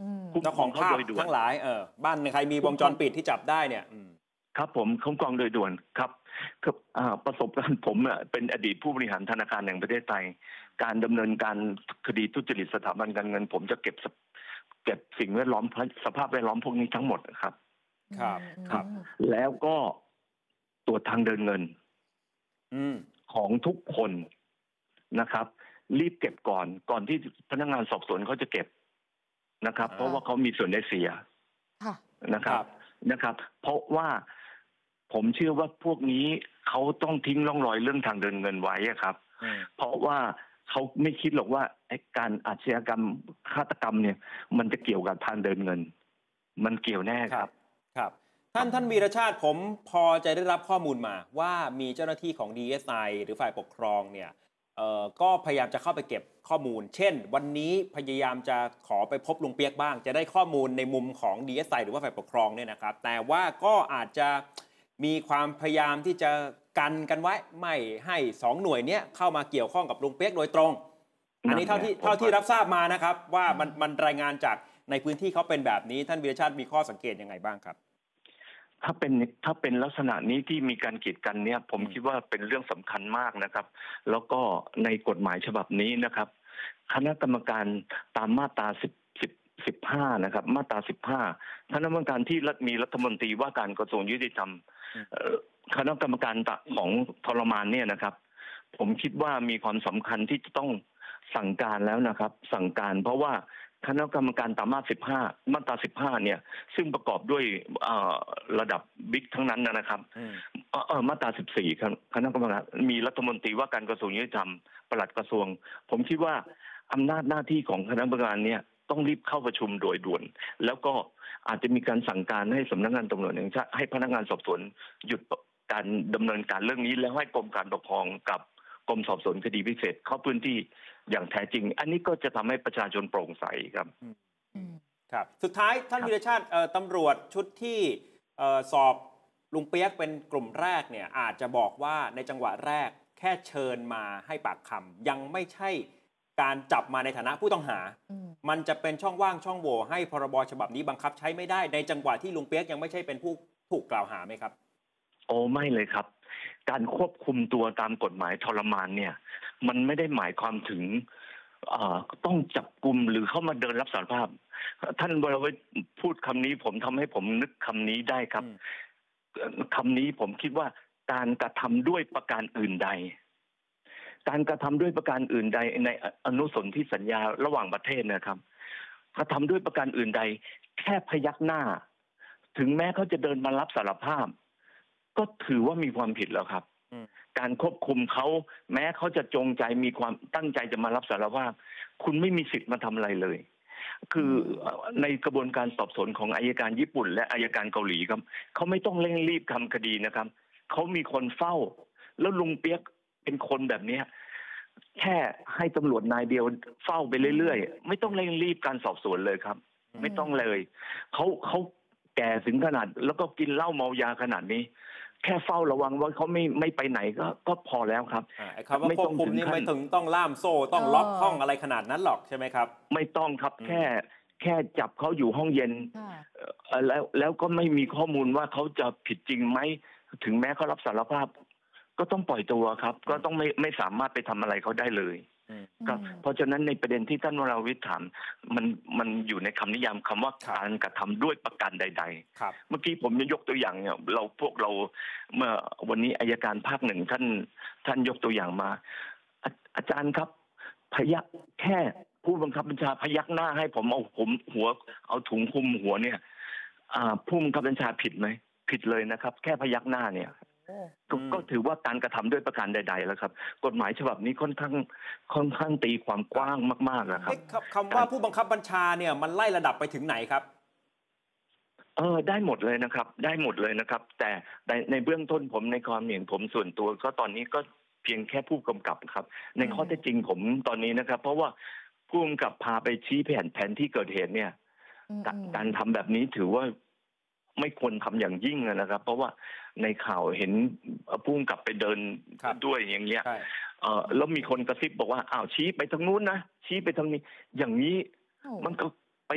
เจ้าของภาพทั้งหลายเออบ้านใครมีวงจรปิดที่จับได้เนี่ยครับผมคุ้มครองโดยด่วนครับครับประสบการณ์ผมเน่ยเป็นอดีตผู้บริหารธนาคารแห่งประเทศไทยการดำเนินการคดีทุจริตสถาบันการเงินผมจะเก็บเก็บสิ่งแวดล้อมสภาพแวดล้อมพวกนี้ทั้งหมดครับครับครับแล้วก็ตรวจทางเดินเงินของทุกคนนะครับรีบเก็บก่อนก่อนที่พนักงานสอบสวนเขาจะเก็บนะครับเพราะว่าเขามีส่วนได้เสียนะครับนะครับ เพราะว่าผมเชื่อว่าพวกนี้เขาต้องทิ้งร่องรอยเรื่องทางเดินเงินไว้ครับเพราะว่าเขาไม่คิดหรอกว่าการอาชญากรรมฆาตกรรมเนี่ยมันจะเกี่ยวกับทางเดินเงินมันเกี่ยวแน่ครับครับท่านท่านวีรชาติผมพอจะได้รับข้อมูลมาว่ามีเจ้าหน้าที่ของ ดี เอส ไอ หรือฝ่ายปกครองเนี่ยเอ่อก็พยายามจะเข้าไปเก็บข้อมูลเช่นวันนี้พยายามจะขอไปพบลุงเปียกบ้างจะได้ข้อมูลในมุมของ ดี เอส ไอ หรือว่าฝ่ายปกครองเนี่ยนะครับแต่ว่าก็อาจจะมีความพยายามที่จะกันกันไว้ไม่ให้สองหน่วยนี้เข้ามาเกี่ยวข้องกับลุงเปียกโดยตรงอันนี้เท่าที่เท่าที่รับทราบมานะครับว่ามันมันรายงานจากในพื้นที่เขาเป็นแบบนี้ท่านวีรชาติมีข้อสังเกตยังไงบ้างครับถ้าเป็นถ้าเป็นลักษณะนี้ที่มีการกีดกันเนี่ยผมคิดว่าเป็นเรื่องสำคัญมากนะครับแล้วก็ในกฎหมายฉบับนี้นะครับคณะกรรมการตามมาตราสิบ สิบ สิบห้านะครับมาตราสิบห้าคณะกรรมการที่มีรัฐมนตรีว่าการกระทรวงยุติธรรมคณะกรรมการของทรมานเนี่ยนะครับผมคิดว่ามีความสำคัญที่จะต้องสั่งการแล้วนะครับสั่งการเพราะว่าคณะกรรมการตามมาตราสิบห้ามาตราสิบห้าเนี่ยซึ่งประกอบด้วยระดับบิ๊กทั้งนั้นนะครับเออมาตราสิบสี่คณะกรรมการมีรัฐมนตรีว่าการกระทรวงยุติธรรมปลัดกระทรวงผมคิดว่าอำนาจหน้าที่ของคณะกรรมการเนี่ยต้องรีบเข้าประชุมโดยด่วนแล้วก็อาจจะมีการสั่งการให้สำนักงานตำรวจแห่งชาติให้พนักงานสอบสวนหยุดการดำเนินการเรื่องนี้แล้วให้กรมการปกครองกับกรมสอบสวนคดีพิเศษเข้าพื้นที่อย่างแท้จริงอันนี้ก็จะทำให้ประชาชนโปร่งใสครับครับสุดท้ายท่านวีรชาติตำรวจชุดที่สอบลุงเปียกเป็นกลุ่มแรกเนี่ยอาจจะบอกว่าในจังหวะแรกแค่เชิญมาให้ปากคำยังไม่ใช่การจับมาในฐานะผู้ต้องหามันจะเป็นช่องว่างช่องโหว่ให้พรบฉบับนี้บังคับใช้ไม่ได้ในจังหวะที่ลุงเปียกยังไม่ใช่เป็นผู้ถูกกล่าวหาไหมครับโอ้ไม่เลยครับการควบคุมตัวตามกฎหมายทรมานเนี่ยมันไม่ได้หมายความถึงต้องจับกุมหรือเข้ามาเดินรับสารภาพท่านวรวิทย์พูดคำนี้ผมทำให้ผมนึกคำนี้ได้ครับคำนี้ผมคิดว่าการกระทำด้วยประการอื่นใดการกระทำด้วยประการอื่นใดในอนุสนธิสัญญาระหว่างประเทศนะครับกระทำด้วยประการอื่นใดแค่พยักหน้าถึงแม้เขาจะเดินมารับสารภาพก็ถือว่ามีความผิดแล้วครับการควบคุมเขาแม้เขาจะจงใจมีความตั้งใจจะมารับสารภาพคุณไม่มีสิทธิ์มาทำอะไรเลยคือในกระบวนการสอบสวนของอัยการญี่ปุ่นและอัยการเกาหลีครับเขาไม่ต้องเร่งรีบทำคดีนะครับเขามีคนเฝ้าแล้วลุงเปียกเป็นคนแบบนี้แค่ให้ตำรวจนายเดียวเฝ้าไปเรื่อยๆไม่ต้องเร่งรีบการสอบสวนเลยครับไม่ต้องเลยเขาเขาแก่ถึงขนาดแล้วก็กินเหล้าเมายาขนาดนี้แค่เฝ้าระวังว่าเขาไม่ไม่ไปไหนก็ก็พอแล้วครับไอ้คำว่าควบคุมนี่ไม่ถึงต้องล่ามโซ่ต้องล็อกห้องอะไรขนาดนั้นหรอกใช่ไหมครับไม่ต้องครับแค่แค่จับเขาอยู่ห้องเย็นแล้วแล้วก็ไม่มีข้อมูลว่าเขาจะผิดจริงไหมถึงแม้เขารับสารภาพก็ต้องปล่อยตัวครับก็ต้องไม่ไม่สามารถไปทำอะไรเขาได้เลยครับเพราะฉะนั้นในประเด็นที่ท่านวราวิทย์ถามมันมันอยู่ในคำนิยามคำว่าการกระทำด้วยประการใดๆเมื่อกี้ผมยกตัวอย่างเนี่ยเราพวกเราเมื่อวันนี้อัยการภาคหนึ่งท่านท่านยกตัวอย่างมาอา, อาจารย์ครับพยักแค่ผู้บังคับบัญชาพยักหน้าให้ผมเอาผมหัวเอาถุงคลุมหัวเนี่ยผู้บังคับบัญชาผิดไหมผิดเลยนะครับแค่พยักหน้าเนี่ยก็ถือว่าการกระทำด้วยประการใดๆแล้วครับกฎหมายฉบับนี้ค่อนข้างค่อนข้างตีความกว้างมากๆนะครับคำว่าผู้บังคับบัญชาเนี่ยมันไล่ระดับไปถึงไหนครับเออได้หมดเลยนะครับได้หมดเลยนะครับแต่ในในเบื้องต้นผมในความเห็นผมส่วนตัวก็ตอนนี้ก็เพียงแค่ผู้กำกับครับในข้อเท็จจริงผมตอนนี้นะครับเพราะว่าผู้กำกับพาไปชี้แผนแผนที่เกิดเหตุเนี่ยการทำแบบนี้ถือว่าไม่ควรทำอย่างยิ่งนะครับเพราะว่าในข่าวเห็นผู้กำกับไปเดินด้วยอย่างเงี้ยแล้วมีคนกระซิบบอกว่าอ้าวชี้ไปทางนู้นนะชี้ไปทางนี้อย่างนี้มันก็ไป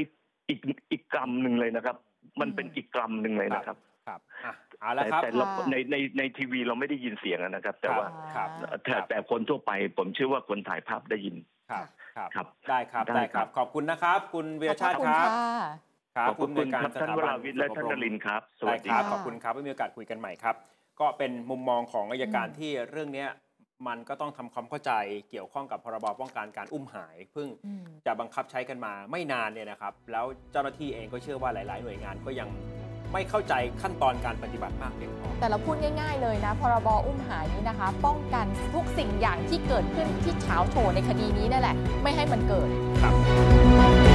อีกอีกกรรมหนึ่งเลยนะครับ มันเป็นอีกกรรมหนึ่งเลยนะครับครับอ่ะเอาละครับแต่เราในในในทีวีเราไม่ได้ยินเสียงนะครับ แต่ว่าแต่แต่คนทั่วไปผมเชื่อว่าคนถ่ายภาพได้ยินครับครับครับได้ครับได้ครับ ขอบคุณนะครับ คุณวีรชาติครับครับขอบคุณครับท่านวราวิทย์และท่านนรินทร์ครับสวัสดีครับขอบคุณครับไม่มีโอกาสคุยกันใหม่ครับ ก็เป็นมุมมองของอัยการที่เรื่องนี้มันก็ต้องทำความเข้าใจเกี่ยวข้องกับพรบป้องกันการอุ้มหายเพิ่งจะบังคับใช้กันมาไม่นานเนี่ยนะครับแล้วเจ้าหน้าที่เองก็เชื่อว่าหลายๆ หน่วยงานก็ยังไม่เข้าใจขั้นตอนการปฏิบัติมากเพียงพอแต่เราพูดง่ายๆเลยนะพรบอุ้มหายนี้นะคะ ป้องกันทุกสิ่งอย่างที่เกิดขึ้นที่เช้าโชว์ในคดีนี้นั่นแหละไม่ให้มันเกิดครับ